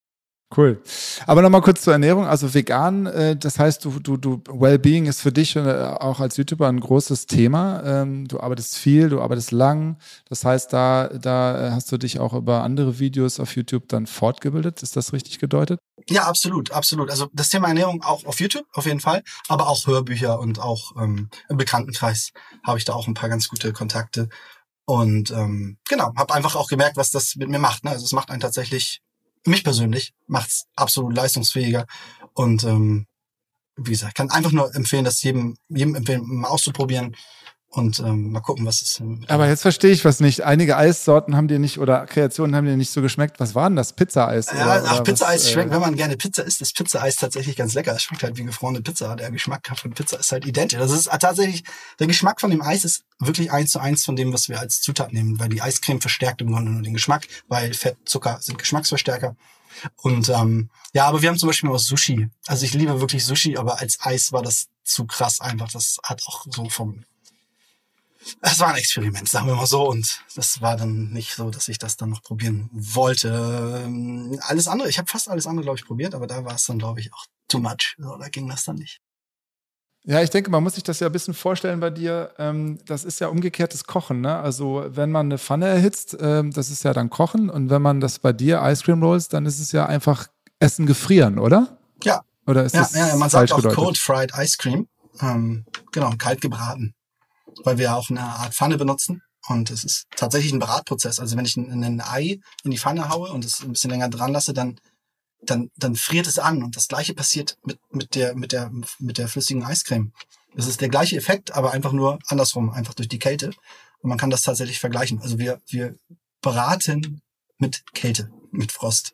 Cool. Aber nochmal kurz zur Ernährung. Also vegan, äh, das heißt, du, du, du, Wellbeing ist für dich äh, auch als YouTuber ein großes Thema. Ähm, du arbeitest viel, du arbeitest lang. Das heißt, da, da hast du dich auch über andere Videos auf YouTube dann fortgebildet. Ist das richtig gedeutet? Ja, absolut, absolut. Also das Thema Ernährung auch auf YouTube, auf jeden Fall. Aber auch Hörbücher und auch ähm, im Bekanntenkreis habe ich da auch ein paar ganz gute Kontakte. Und ähm, genau, habe einfach auch gemerkt, was das mit mir macht. Ne? Also es macht einen tatsächlich, mich persönlich, macht's absolut leistungsfähiger. Und ähm, wie gesagt, kann einfach nur empfehlen, das jedem, jedem empfehlen, mal auszuprobieren und ähm, mal gucken, was es. Aber jetzt verstehe ich was nicht. Einige Eissorten haben dir nicht oder Kreationen haben dir nicht so geschmeckt. Was war denn das? Pizza-Eis? Ja, oder, ach, oder Pizza-Eis was, schmeckt, äh, wenn man gerne Pizza isst, ist Pizza-Eis tatsächlich ganz lecker. Es schmeckt halt wie gefrorene Pizza. Der Geschmack von Pizza ist halt identisch. Das ist tatsächlich, der Geschmack von dem Eis ist wirklich eins zu eins von dem, was wir als Zutat nehmen, weil die Eiscreme verstärkt im Grunde nur den Geschmack, weil Fett, Zucker sind Geschmacksverstärker. Und ähm, ja, aber wir haben zum Beispiel auch Sushi. Also ich liebe wirklich Sushi, aber als Eis war das zu krass einfach. Das hat auch so vom... Es war ein Experiment, sagen wir mal so. Und das war dann nicht so, dass ich das dann noch probieren wollte. Ähm, Alles andere, ich habe fast alles andere, glaube ich, probiert, aber da war es dann, glaube ich, auch too much. So, da ging das dann nicht. Ja, ich denke, man muss sich das ja ein bisschen vorstellen bei dir. Ähm, das ist ja umgekehrtes Kochen, ne? Also wenn man eine Pfanne erhitzt, ähm, das ist ja dann Kochen. Und wenn man das bei dir Ice Cream Rolls, dann ist es ja einfach Essen gefrieren, oder? Ja. Oder ist ja, das ja, man falsch sagt auch gedeutet? Cold Fried Ice Cream. Ähm, genau, kalt gebraten. Weil wir auch eine Art Pfanne benutzen. Und es ist tatsächlich ein Bratprozess. Also wenn ich ein, ein Ei in die Pfanne haue und es ein bisschen länger dran lasse, dann dann dann friert es an. Und das Gleiche passiert mit mit der mit der mit der flüssigen Eiscreme. Das ist der gleiche Effekt, aber einfach nur andersrum, einfach durch die Kälte. Und man kann das tatsächlich vergleichen. Also wir wir braten mit Kälte, mit Frost.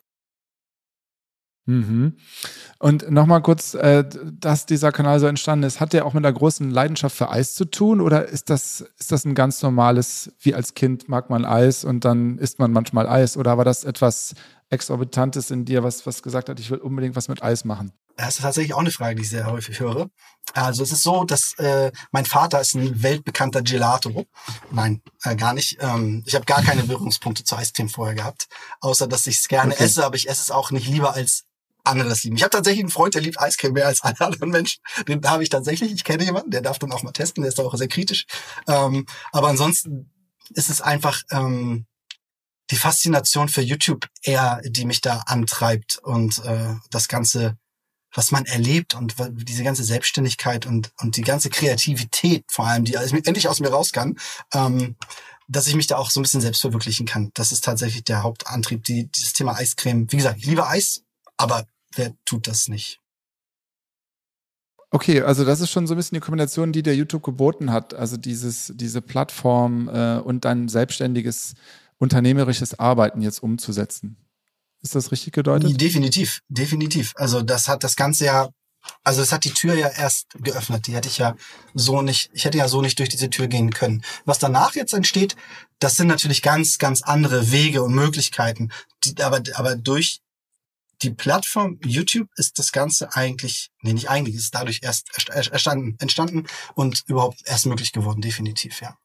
Mhm. Und nochmal kurz, äh, dass dieser Kanal so entstanden ist, hat der auch mit einer großen Leidenschaft für Eis zu tun oder ist das, ist das ein ganz normales, wie als Kind mag man Eis und dann isst man manchmal Eis oder war das etwas Exorbitantes in dir, was, was gesagt hat, ich will unbedingt was mit Eis machen? Das ist tatsächlich auch eine Frage, die ich sehr häufig höre. Also es ist so, dass äh, mein Vater ist ein weltbekannter Gelato. Nein, äh, gar nicht. Ähm, ich habe gar keine Berührungspunkte zur Eiscreme vorher gehabt, außer dass ich es gerne Okay. esse, aber ich esse es auch nicht lieber als andere das lieben. Ich habe tatsächlich einen Freund, der liebt Eiscreme mehr als alle anderen Menschen. Den habe ich tatsächlich. Ich kenne jemanden, der darf dann auch mal testen, der ist da auch sehr kritisch. Ähm, aber ansonsten ist es einfach ähm, die Faszination für YouTube eher, die mich da antreibt und äh, das Ganze, was man erlebt und diese ganze Selbstständigkeit und und die ganze Kreativität vor allem, die endlich aus mir raus kann, ähm, dass ich mich da auch so ein bisschen selbst verwirklichen kann. Das ist tatsächlich der Hauptantrieb, die, dieses Thema Eiscreme. Wie gesagt, ich liebe Eis, aber wer tut das nicht? Okay, also das ist schon so ein bisschen die Kombination, die der YouTube geboten hat. Also dieses, diese Plattform äh, und dein selbstständiges unternehmerisches Arbeiten jetzt umzusetzen. Ist das richtig gedeutet? Definitiv, definitiv. Also das hat das Ganze ja, also es hat die Tür ja erst geöffnet. Die hätte ich ja so nicht, ich hätte ja so nicht durch diese Tür gehen können. Was danach jetzt entsteht, das sind natürlich ganz, ganz andere Wege und Möglichkeiten. Die, aber, aber durch die Plattform YouTube ist das Ganze eigentlich, nee, nicht eigentlich, ist dadurch erst entstanden, entstanden und überhaupt erst möglich geworden, definitiv, ja.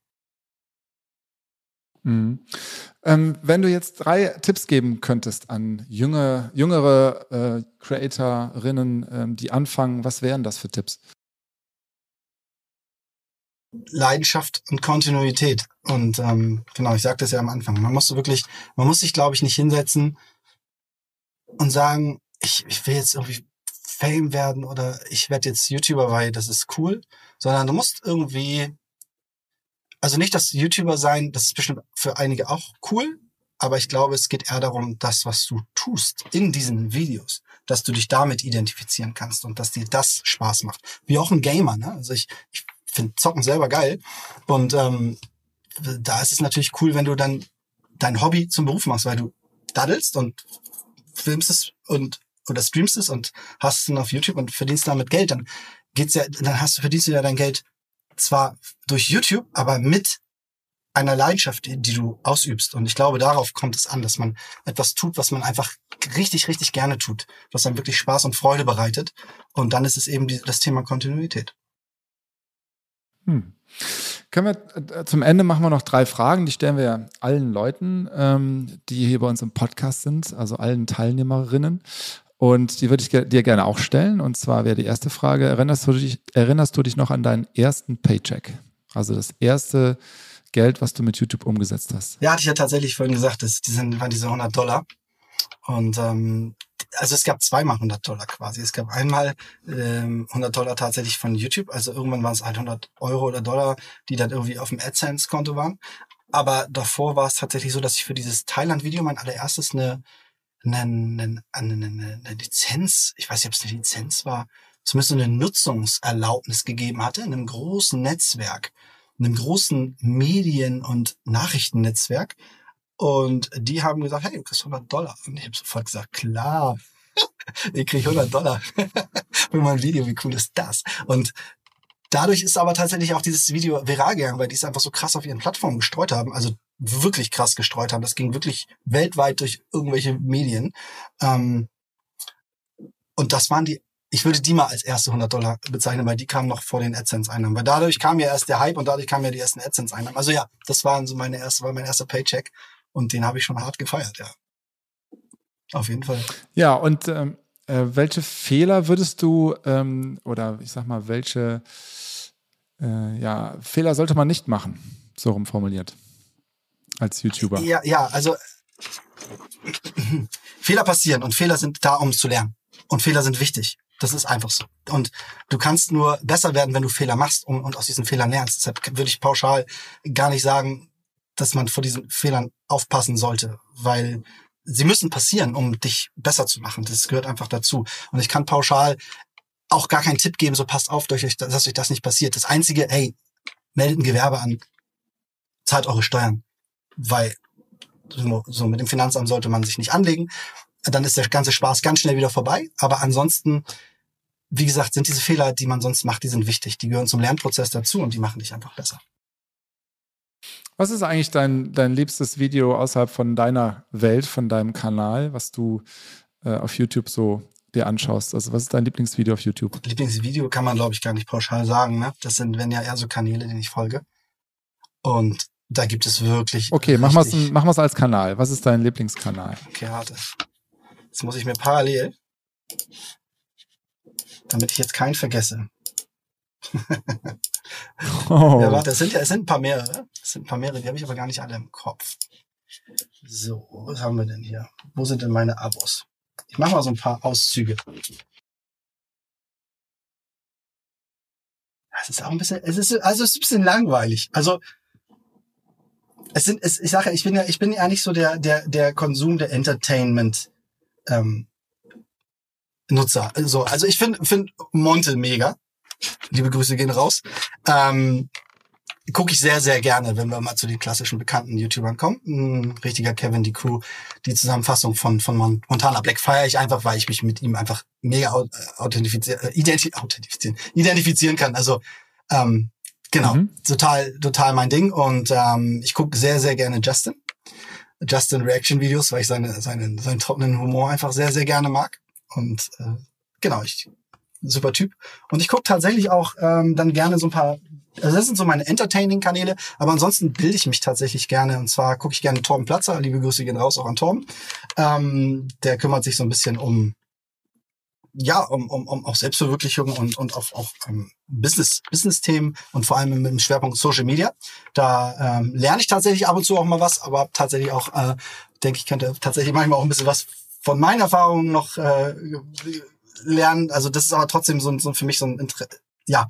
Mhm. Ähm, wenn du jetzt drei Tipps geben könntest an junge, jüngere äh, Creatorinnen, ähm, die anfangen, was wären das für Tipps? Leidenschaft und Kontinuität. Und ähm, genau, ich sagte es ja am Anfang. Man muss wirklich, man muss sich, glaube ich, nicht hinsetzen und sagen, ich, ich will jetzt irgendwie Fame werden oder ich werde jetzt YouTuber, weil das ist cool, sondern du musst irgendwie, also nicht das YouTuber sein, das ist bestimmt für einige auch cool, aber ich glaube, es geht eher darum, das, was du tust in diesen Videos, dass du dich damit identifizieren kannst und dass dir das Spaß macht. Wie auch ein Gamer, ne? Also ich, ich finde Zocken selber geil und ähm, da ist es natürlich cool, wenn du dann dein Hobby zum Beruf machst, weil du daddelst und filmst es und oder streamst es und hast es dann auf YouTube und verdienst damit Geld, dann geht's ja, dann hast du verdienst du ja dein Geld zwar durch YouTube, aber mit einer Leidenschaft, die, die du ausübst. Und ich glaube, darauf kommt es an, dass man etwas tut, was man einfach richtig, richtig gerne tut, was einem wirklich Spaß und Freude bereitet. Und dann ist es eben die, das Thema Kontinuität. Hm. Können wir äh, zum Ende machen wir noch drei Fragen, die stellen wir ja allen Leuten, ähm, die hier bei uns im Podcast sind, also allen Teilnehmerinnen. Und die würde ich ge- dir gerne auch stellen. Und zwar wäre die erste Frage, erinnerst du dich, erinnerst du dich noch an deinen ersten Paycheck? Also das erste Geld, was du mit YouTube umgesetzt hast? Ja, hatte ich ja tatsächlich vorhin gesagt, das die sind, waren diese hundert Dollar. Und ähm, also es gab zweimal hundert Dollar quasi. Es gab einmal ähm, hundert Dollar tatsächlich von YouTube. Also irgendwann waren es halt hundert Euro oder Dollar, die dann irgendwie auf dem AdSense-Konto waren. Aber davor war es tatsächlich so, dass ich für dieses Thailand-Video mein allererstes eine, eine, eine, eine, eine, eine Lizenz, ich weiß nicht, ob es eine Lizenz war, zumindest eine Nutzungserlaubnis gegeben hatte in einem großen Netzwerk, in einem großen Medien- und Nachrichtennetzwerk. Und die haben gesagt, hey, du kriegst hundert Dollar. Und ich habe sofort gesagt, klar, ich krieg hundert Dollar für mein Video, wie cool ist das? Und dadurch ist aber tatsächlich auch dieses Video viral gegangen, weil die es einfach so krass auf ihren Plattformen gestreut haben, also wirklich krass gestreut haben. Das ging wirklich weltweit durch irgendwelche Medien. Und das waren die, ich würde die mal als erste hundert Dollar bezeichnen, weil die kamen noch vor den AdSense-Einnahmen. Weil dadurch kam ja erst der Hype und dadurch kamen ja die ersten AdSense-Einnahmen. Also ja, das waren so meine erste, war mein erster Paycheck. Und den habe ich schon hart gefeiert, ja. Auf jeden Fall. Ja, und ähm, äh, welche Fehler würdest du, ähm, oder ich sag mal, welche äh, ja, Fehler sollte man nicht machen, so rumformuliert, als YouTuber? Ja, ja, also Fehler passieren und Fehler sind da, um zu lernen. Und Fehler sind wichtig. Das ist einfach so. Und du kannst nur besser werden, wenn du Fehler machst und, und aus diesen Fehlern lernst. Deshalb würde ich pauschal gar nicht sagen, dass man vor diesen Fehlern aufpassen sollte, weil sie müssen passieren, um dich besser zu machen. Das gehört einfach dazu. Und ich kann pauschal auch gar keinen Tipp geben, so passt auf, dass euch das nicht passiert. Das Einzige, hey, meldet ein Gewerbe an, zahlt eure Steuern, weil so, so mit dem Finanzamt sollte man sich nicht anlegen. Dann ist der ganze Spaß ganz schnell wieder vorbei. Aber ansonsten, wie gesagt, sind diese Fehler, die man sonst macht, die sind wichtig. Die gehören zum Lernprozess dazu und die machen dich einfach besser. Was ist eigentlich dein, dein liebstes Video außerhalb von deiner Welt, von deinem Kanal, was du äh, auf YouTube so dir anschaust? Also was ist dein Lieblingsvideo auf YouTube? Lieblingsvideo kann man, glaube ich, gar nicht pauschal sagen. Ne? Das sind, wenn ja eher so Kanäle, denen ich folge. Und da gibt es wirklich... Okay, machen wir es machen wir's als Kanal. Was ist dein Lieblingskanal? Okay, warte. Jetzt muss ich mir parallel, damit ich jetzt keinen vergesse. Oh. Ja, warte, es sind ja, es sind ein paar mehrere. Es sind ein paar mehrere, die habe ich aber gar nicht alle im Kopf. So, was haben wir denn hier? Wo sind denn meine Abos? Ich mache mal so ein paar Auszüge. Es ist auch ein bisschen, es ist, also es ist ein bisschen langweilig. Also, es sind, es, ich sage ja, ich bin ja, ich bin ja nicht so der, der, der Konsum der Entertainment, ähm, Nutzer. Also, also ich finde, finde Monte mega. Liebe Grüße gehen raus. Ähm, gucke ich sehr, sehr gerne, wenn wir mal zu den klassischen bekannten YouTubern kommen. Ein richtiger Kevin, die Crew, die Zusammenfassung von von Montana Black feiere ich einfach, weil ich mich mit ihm einfach mega authentifizieren, identi- authentifizieren, identifizieren kann. Also ähm, genau, mhm. total, total mein Ding. Und ähm, ich gucke sehr, sehr gerne Justin. Justin Reaction-Videos, weil ich seine, seine, seinen trockenen Humor einfach sehr, sehr gerne mag. Und äh, genau, ich super Typ. Und ich gucke tatsächlich auch ähm, dann gerne so ein paar, also das sind so meine Entertaining-Kanäle, aber ansonsten bilde ich mich tatsächlich gerne. Und zwar gucke ich gerne Torben Platzer, liebe Grüße gehen raus auch an Torben. Ähm, der kümmert sich so ein bisschen um, ja, um, um, um auch Selbstverwirklichung und, und auch, auch um Business, Business-Themen und vor allem mit dem Schwerpunkt Social Media. Da ähm, lerne ich tatsächlich ab und zu auch mal was, aber tatsächlich auch, äh, denke ich, könnte tatsächlich manchmal auch ein bisschen was von meinen Erfahrungen noch äh, lernen. Also das ist aber trotzdem so, so für mich so ein Inter- ja,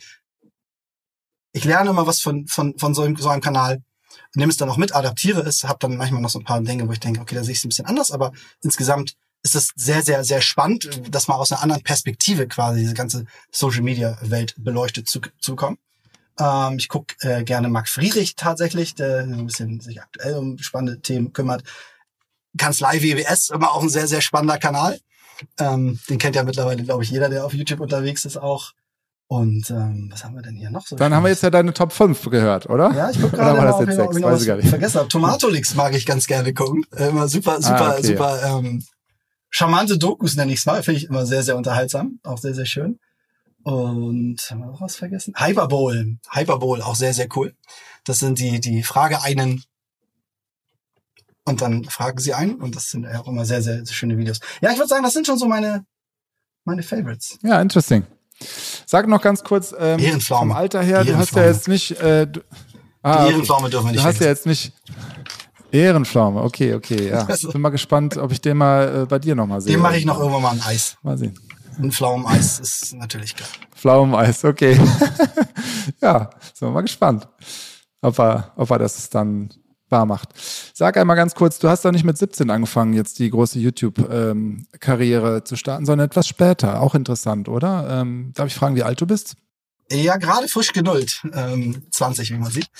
ich lerne immer was von von von so einem, so einem Kanal, nehme es dann auch mit, adaptiere es, habe dann manchmal noch so ein paar Dinge, wo ich denke, okay, da sehe ich es ein bisschen anders, aber insgesamt ist es sehr, sehr, sehr spannend, dass man aus einer anderen Perspektive quasi diese ganze Social-Media-Welt beleuchtet zu, zu bekommen. Ähm, ich gucke äh, gerne Marc Friedrich tatsächlich, der ein bisschen sich aktuell um spannende Themen kümmert. Kanzlei W W S, immer auch ein sehr, sehr spannender Kanal. Ähm, den kennt ja mittlerweile, glaube ich, jeder, der auf YouTube unterwegs ist auch. Und ähm, was haben wir denn hier noch so? Dann haben wir jetzt ja deine Top fünf gehört, oder? Ja, ich gucke gerade mal, ob ich noch, ob ich noch was vergessen habe. Tomatolix mag ich ganz gerne gucken. Immer super, super, ah, okay. super ähm, charmante Dokus nenne ich es mal. Finde ich immer sehr, sehr unterhaltsam. Auch sehr, sehr schön. Und haben wir noch was vergessen? Hyperbowl. Hyperbowl, auch sehr, sehr cool. Das sind die, die Frage einen. Und dann fragen sie einen. Und das sind ja auch immer sehr, sehr, sehr schöne Videos. Ja, ich würde sagen, das sind schon so meine, meine Favorites. Ja, interesting. Sag noch ganz kurz, ähm, vom Alter her, du hast ja jetzt nicht... Äh, du, ah, die Ehrenpflaume dürfen wir nicht Du hast vergessen. ja jetzt nicht... Ehrenpflaume, okay, okay, ja. Ich bin mal gespannt, ob ich den mal äh, bei dir nochmal sehe. Den mache ich noch irgendwann mal ein Eis. Mal sehen. Ein Pflaumeneis ist natürlich klar. Pflaumeneis, okay. Ja, sind wir mal gespannt, ob er, ob er das dann wahr macht. Sag einmal ganz kurz, du hast doch nicht mit siebzehn angefangen, jetzt die große YouTube-Karriere ähm, zu starten, sondern etwas später. Auch interessant, oder? Ähm, darf ich fragen, wie alt du bist? Ja, gerade frisch genullt. Ähm, zwanzig, wie man sieht.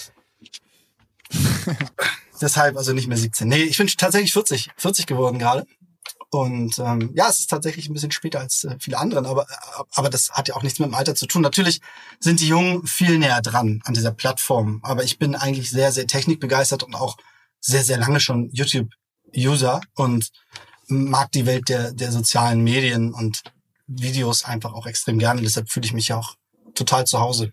Deshalb also nicht mehr siebzehn. Nee, ich bin tatsächlich vierzig, vierzig geworden gerade. Und ähm, ja, es ist tatsächlich ein bisschen später als äh, viele anderen, aber aber das hat ja auch nichts mit dem Alter zu tun. Natürlich sind die Jungen viel näher dran an dieser Plattform, aber ich bin eigentlich sehr, sehr technikbegeistert und auch sehr, sehr lange schon YouTube-User und mag die Welt der der sozialen Medien und Videos einfach auch extrem gerne. Deshalb fühle ich mich ja auch total zu Hause.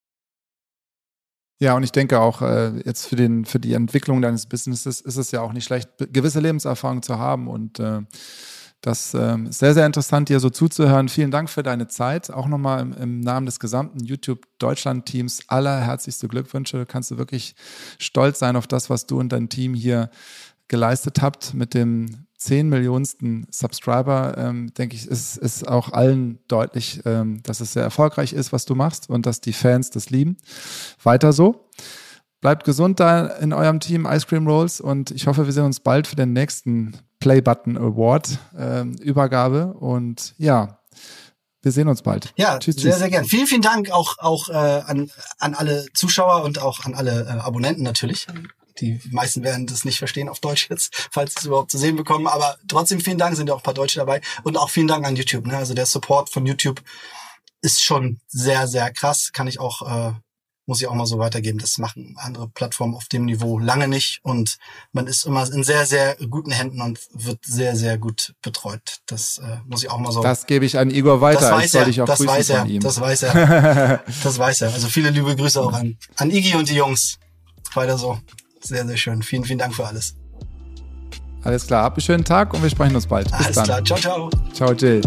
Ja, und ich denke auch, äh, jetzt für den für die Entwicklung deines Businesses ist es ja auch nicht schlecht, gewisse Lebenserfahrung zu haben. Und äh, das äh, ist sehr, sehr interessant, dir so zuzuhören. Vielen Dank für deine Zeit. Auch nochmal im, im Namen des gesamten YouTube-Deutschland-Teams allerherzlichste Glückwünsche. Kannst du wirklich stolz sein auf das, was du und dein Team hier geleistet habt mit dem zehn Millionensten Subscriber, ähm, denke ich, ist, ist auch allen deutlich, ähm, dass es sehr erfolgreich ist, was du machst und dass die Fans das lieben. Weiter so. Bleibt gesund da in eurem Team Ice Cream Rolls und ich hoffe, wir sehen uns bald für den nächsten Play Button Award ähm, Übergabe und ja, wir sehen uns bald. Ja, tschüss, sehr, tschüss. sehr gern. Vielen, vielen Dank auch, auch äh, an, an alle Zuschauer und auch an alle äh, Abonnenten natürlich. Die meisten werden das nicht verstehen auf Deutsch jetzt, falls sie es überhaupt zu sehen bekommen. Aber trotzdem vielen Dank, sind ja auch ein paar Deutsche dabei. Und auch vielen Dank an YouTube. Ne? Also der Support von YouTube ist schon sehr, sehr krass. Kann ich auch, äh, muss ich auch mal so weitergeben. Das machen andere Plattformen auf dem Niveau lange nicht. Und man ist immer in sehr, sehr guten Händen und wird sehr, sehr gut betreut. Das äh, muss ich auch mal so... Das gebe ich an Igor weiter. Das weiß er, ich auch das weiß er, von ihm. das weiß er. Das weiß er. Also viele liebe Grüße auch an, an Iggy und die Jungs. Weiter so. Sehr, sehr schön. Vielen, vielen Dank für alles. Alles klar, habt einen schönen Tag und wir sprechen uns bald. Bis alles dann. Klar, ciao, ciao. Ciao, Jill.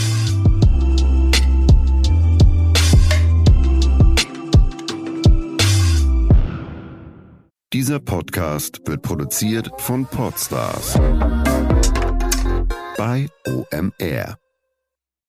Dieser Podcast wird produziert von Podstars bei O M R.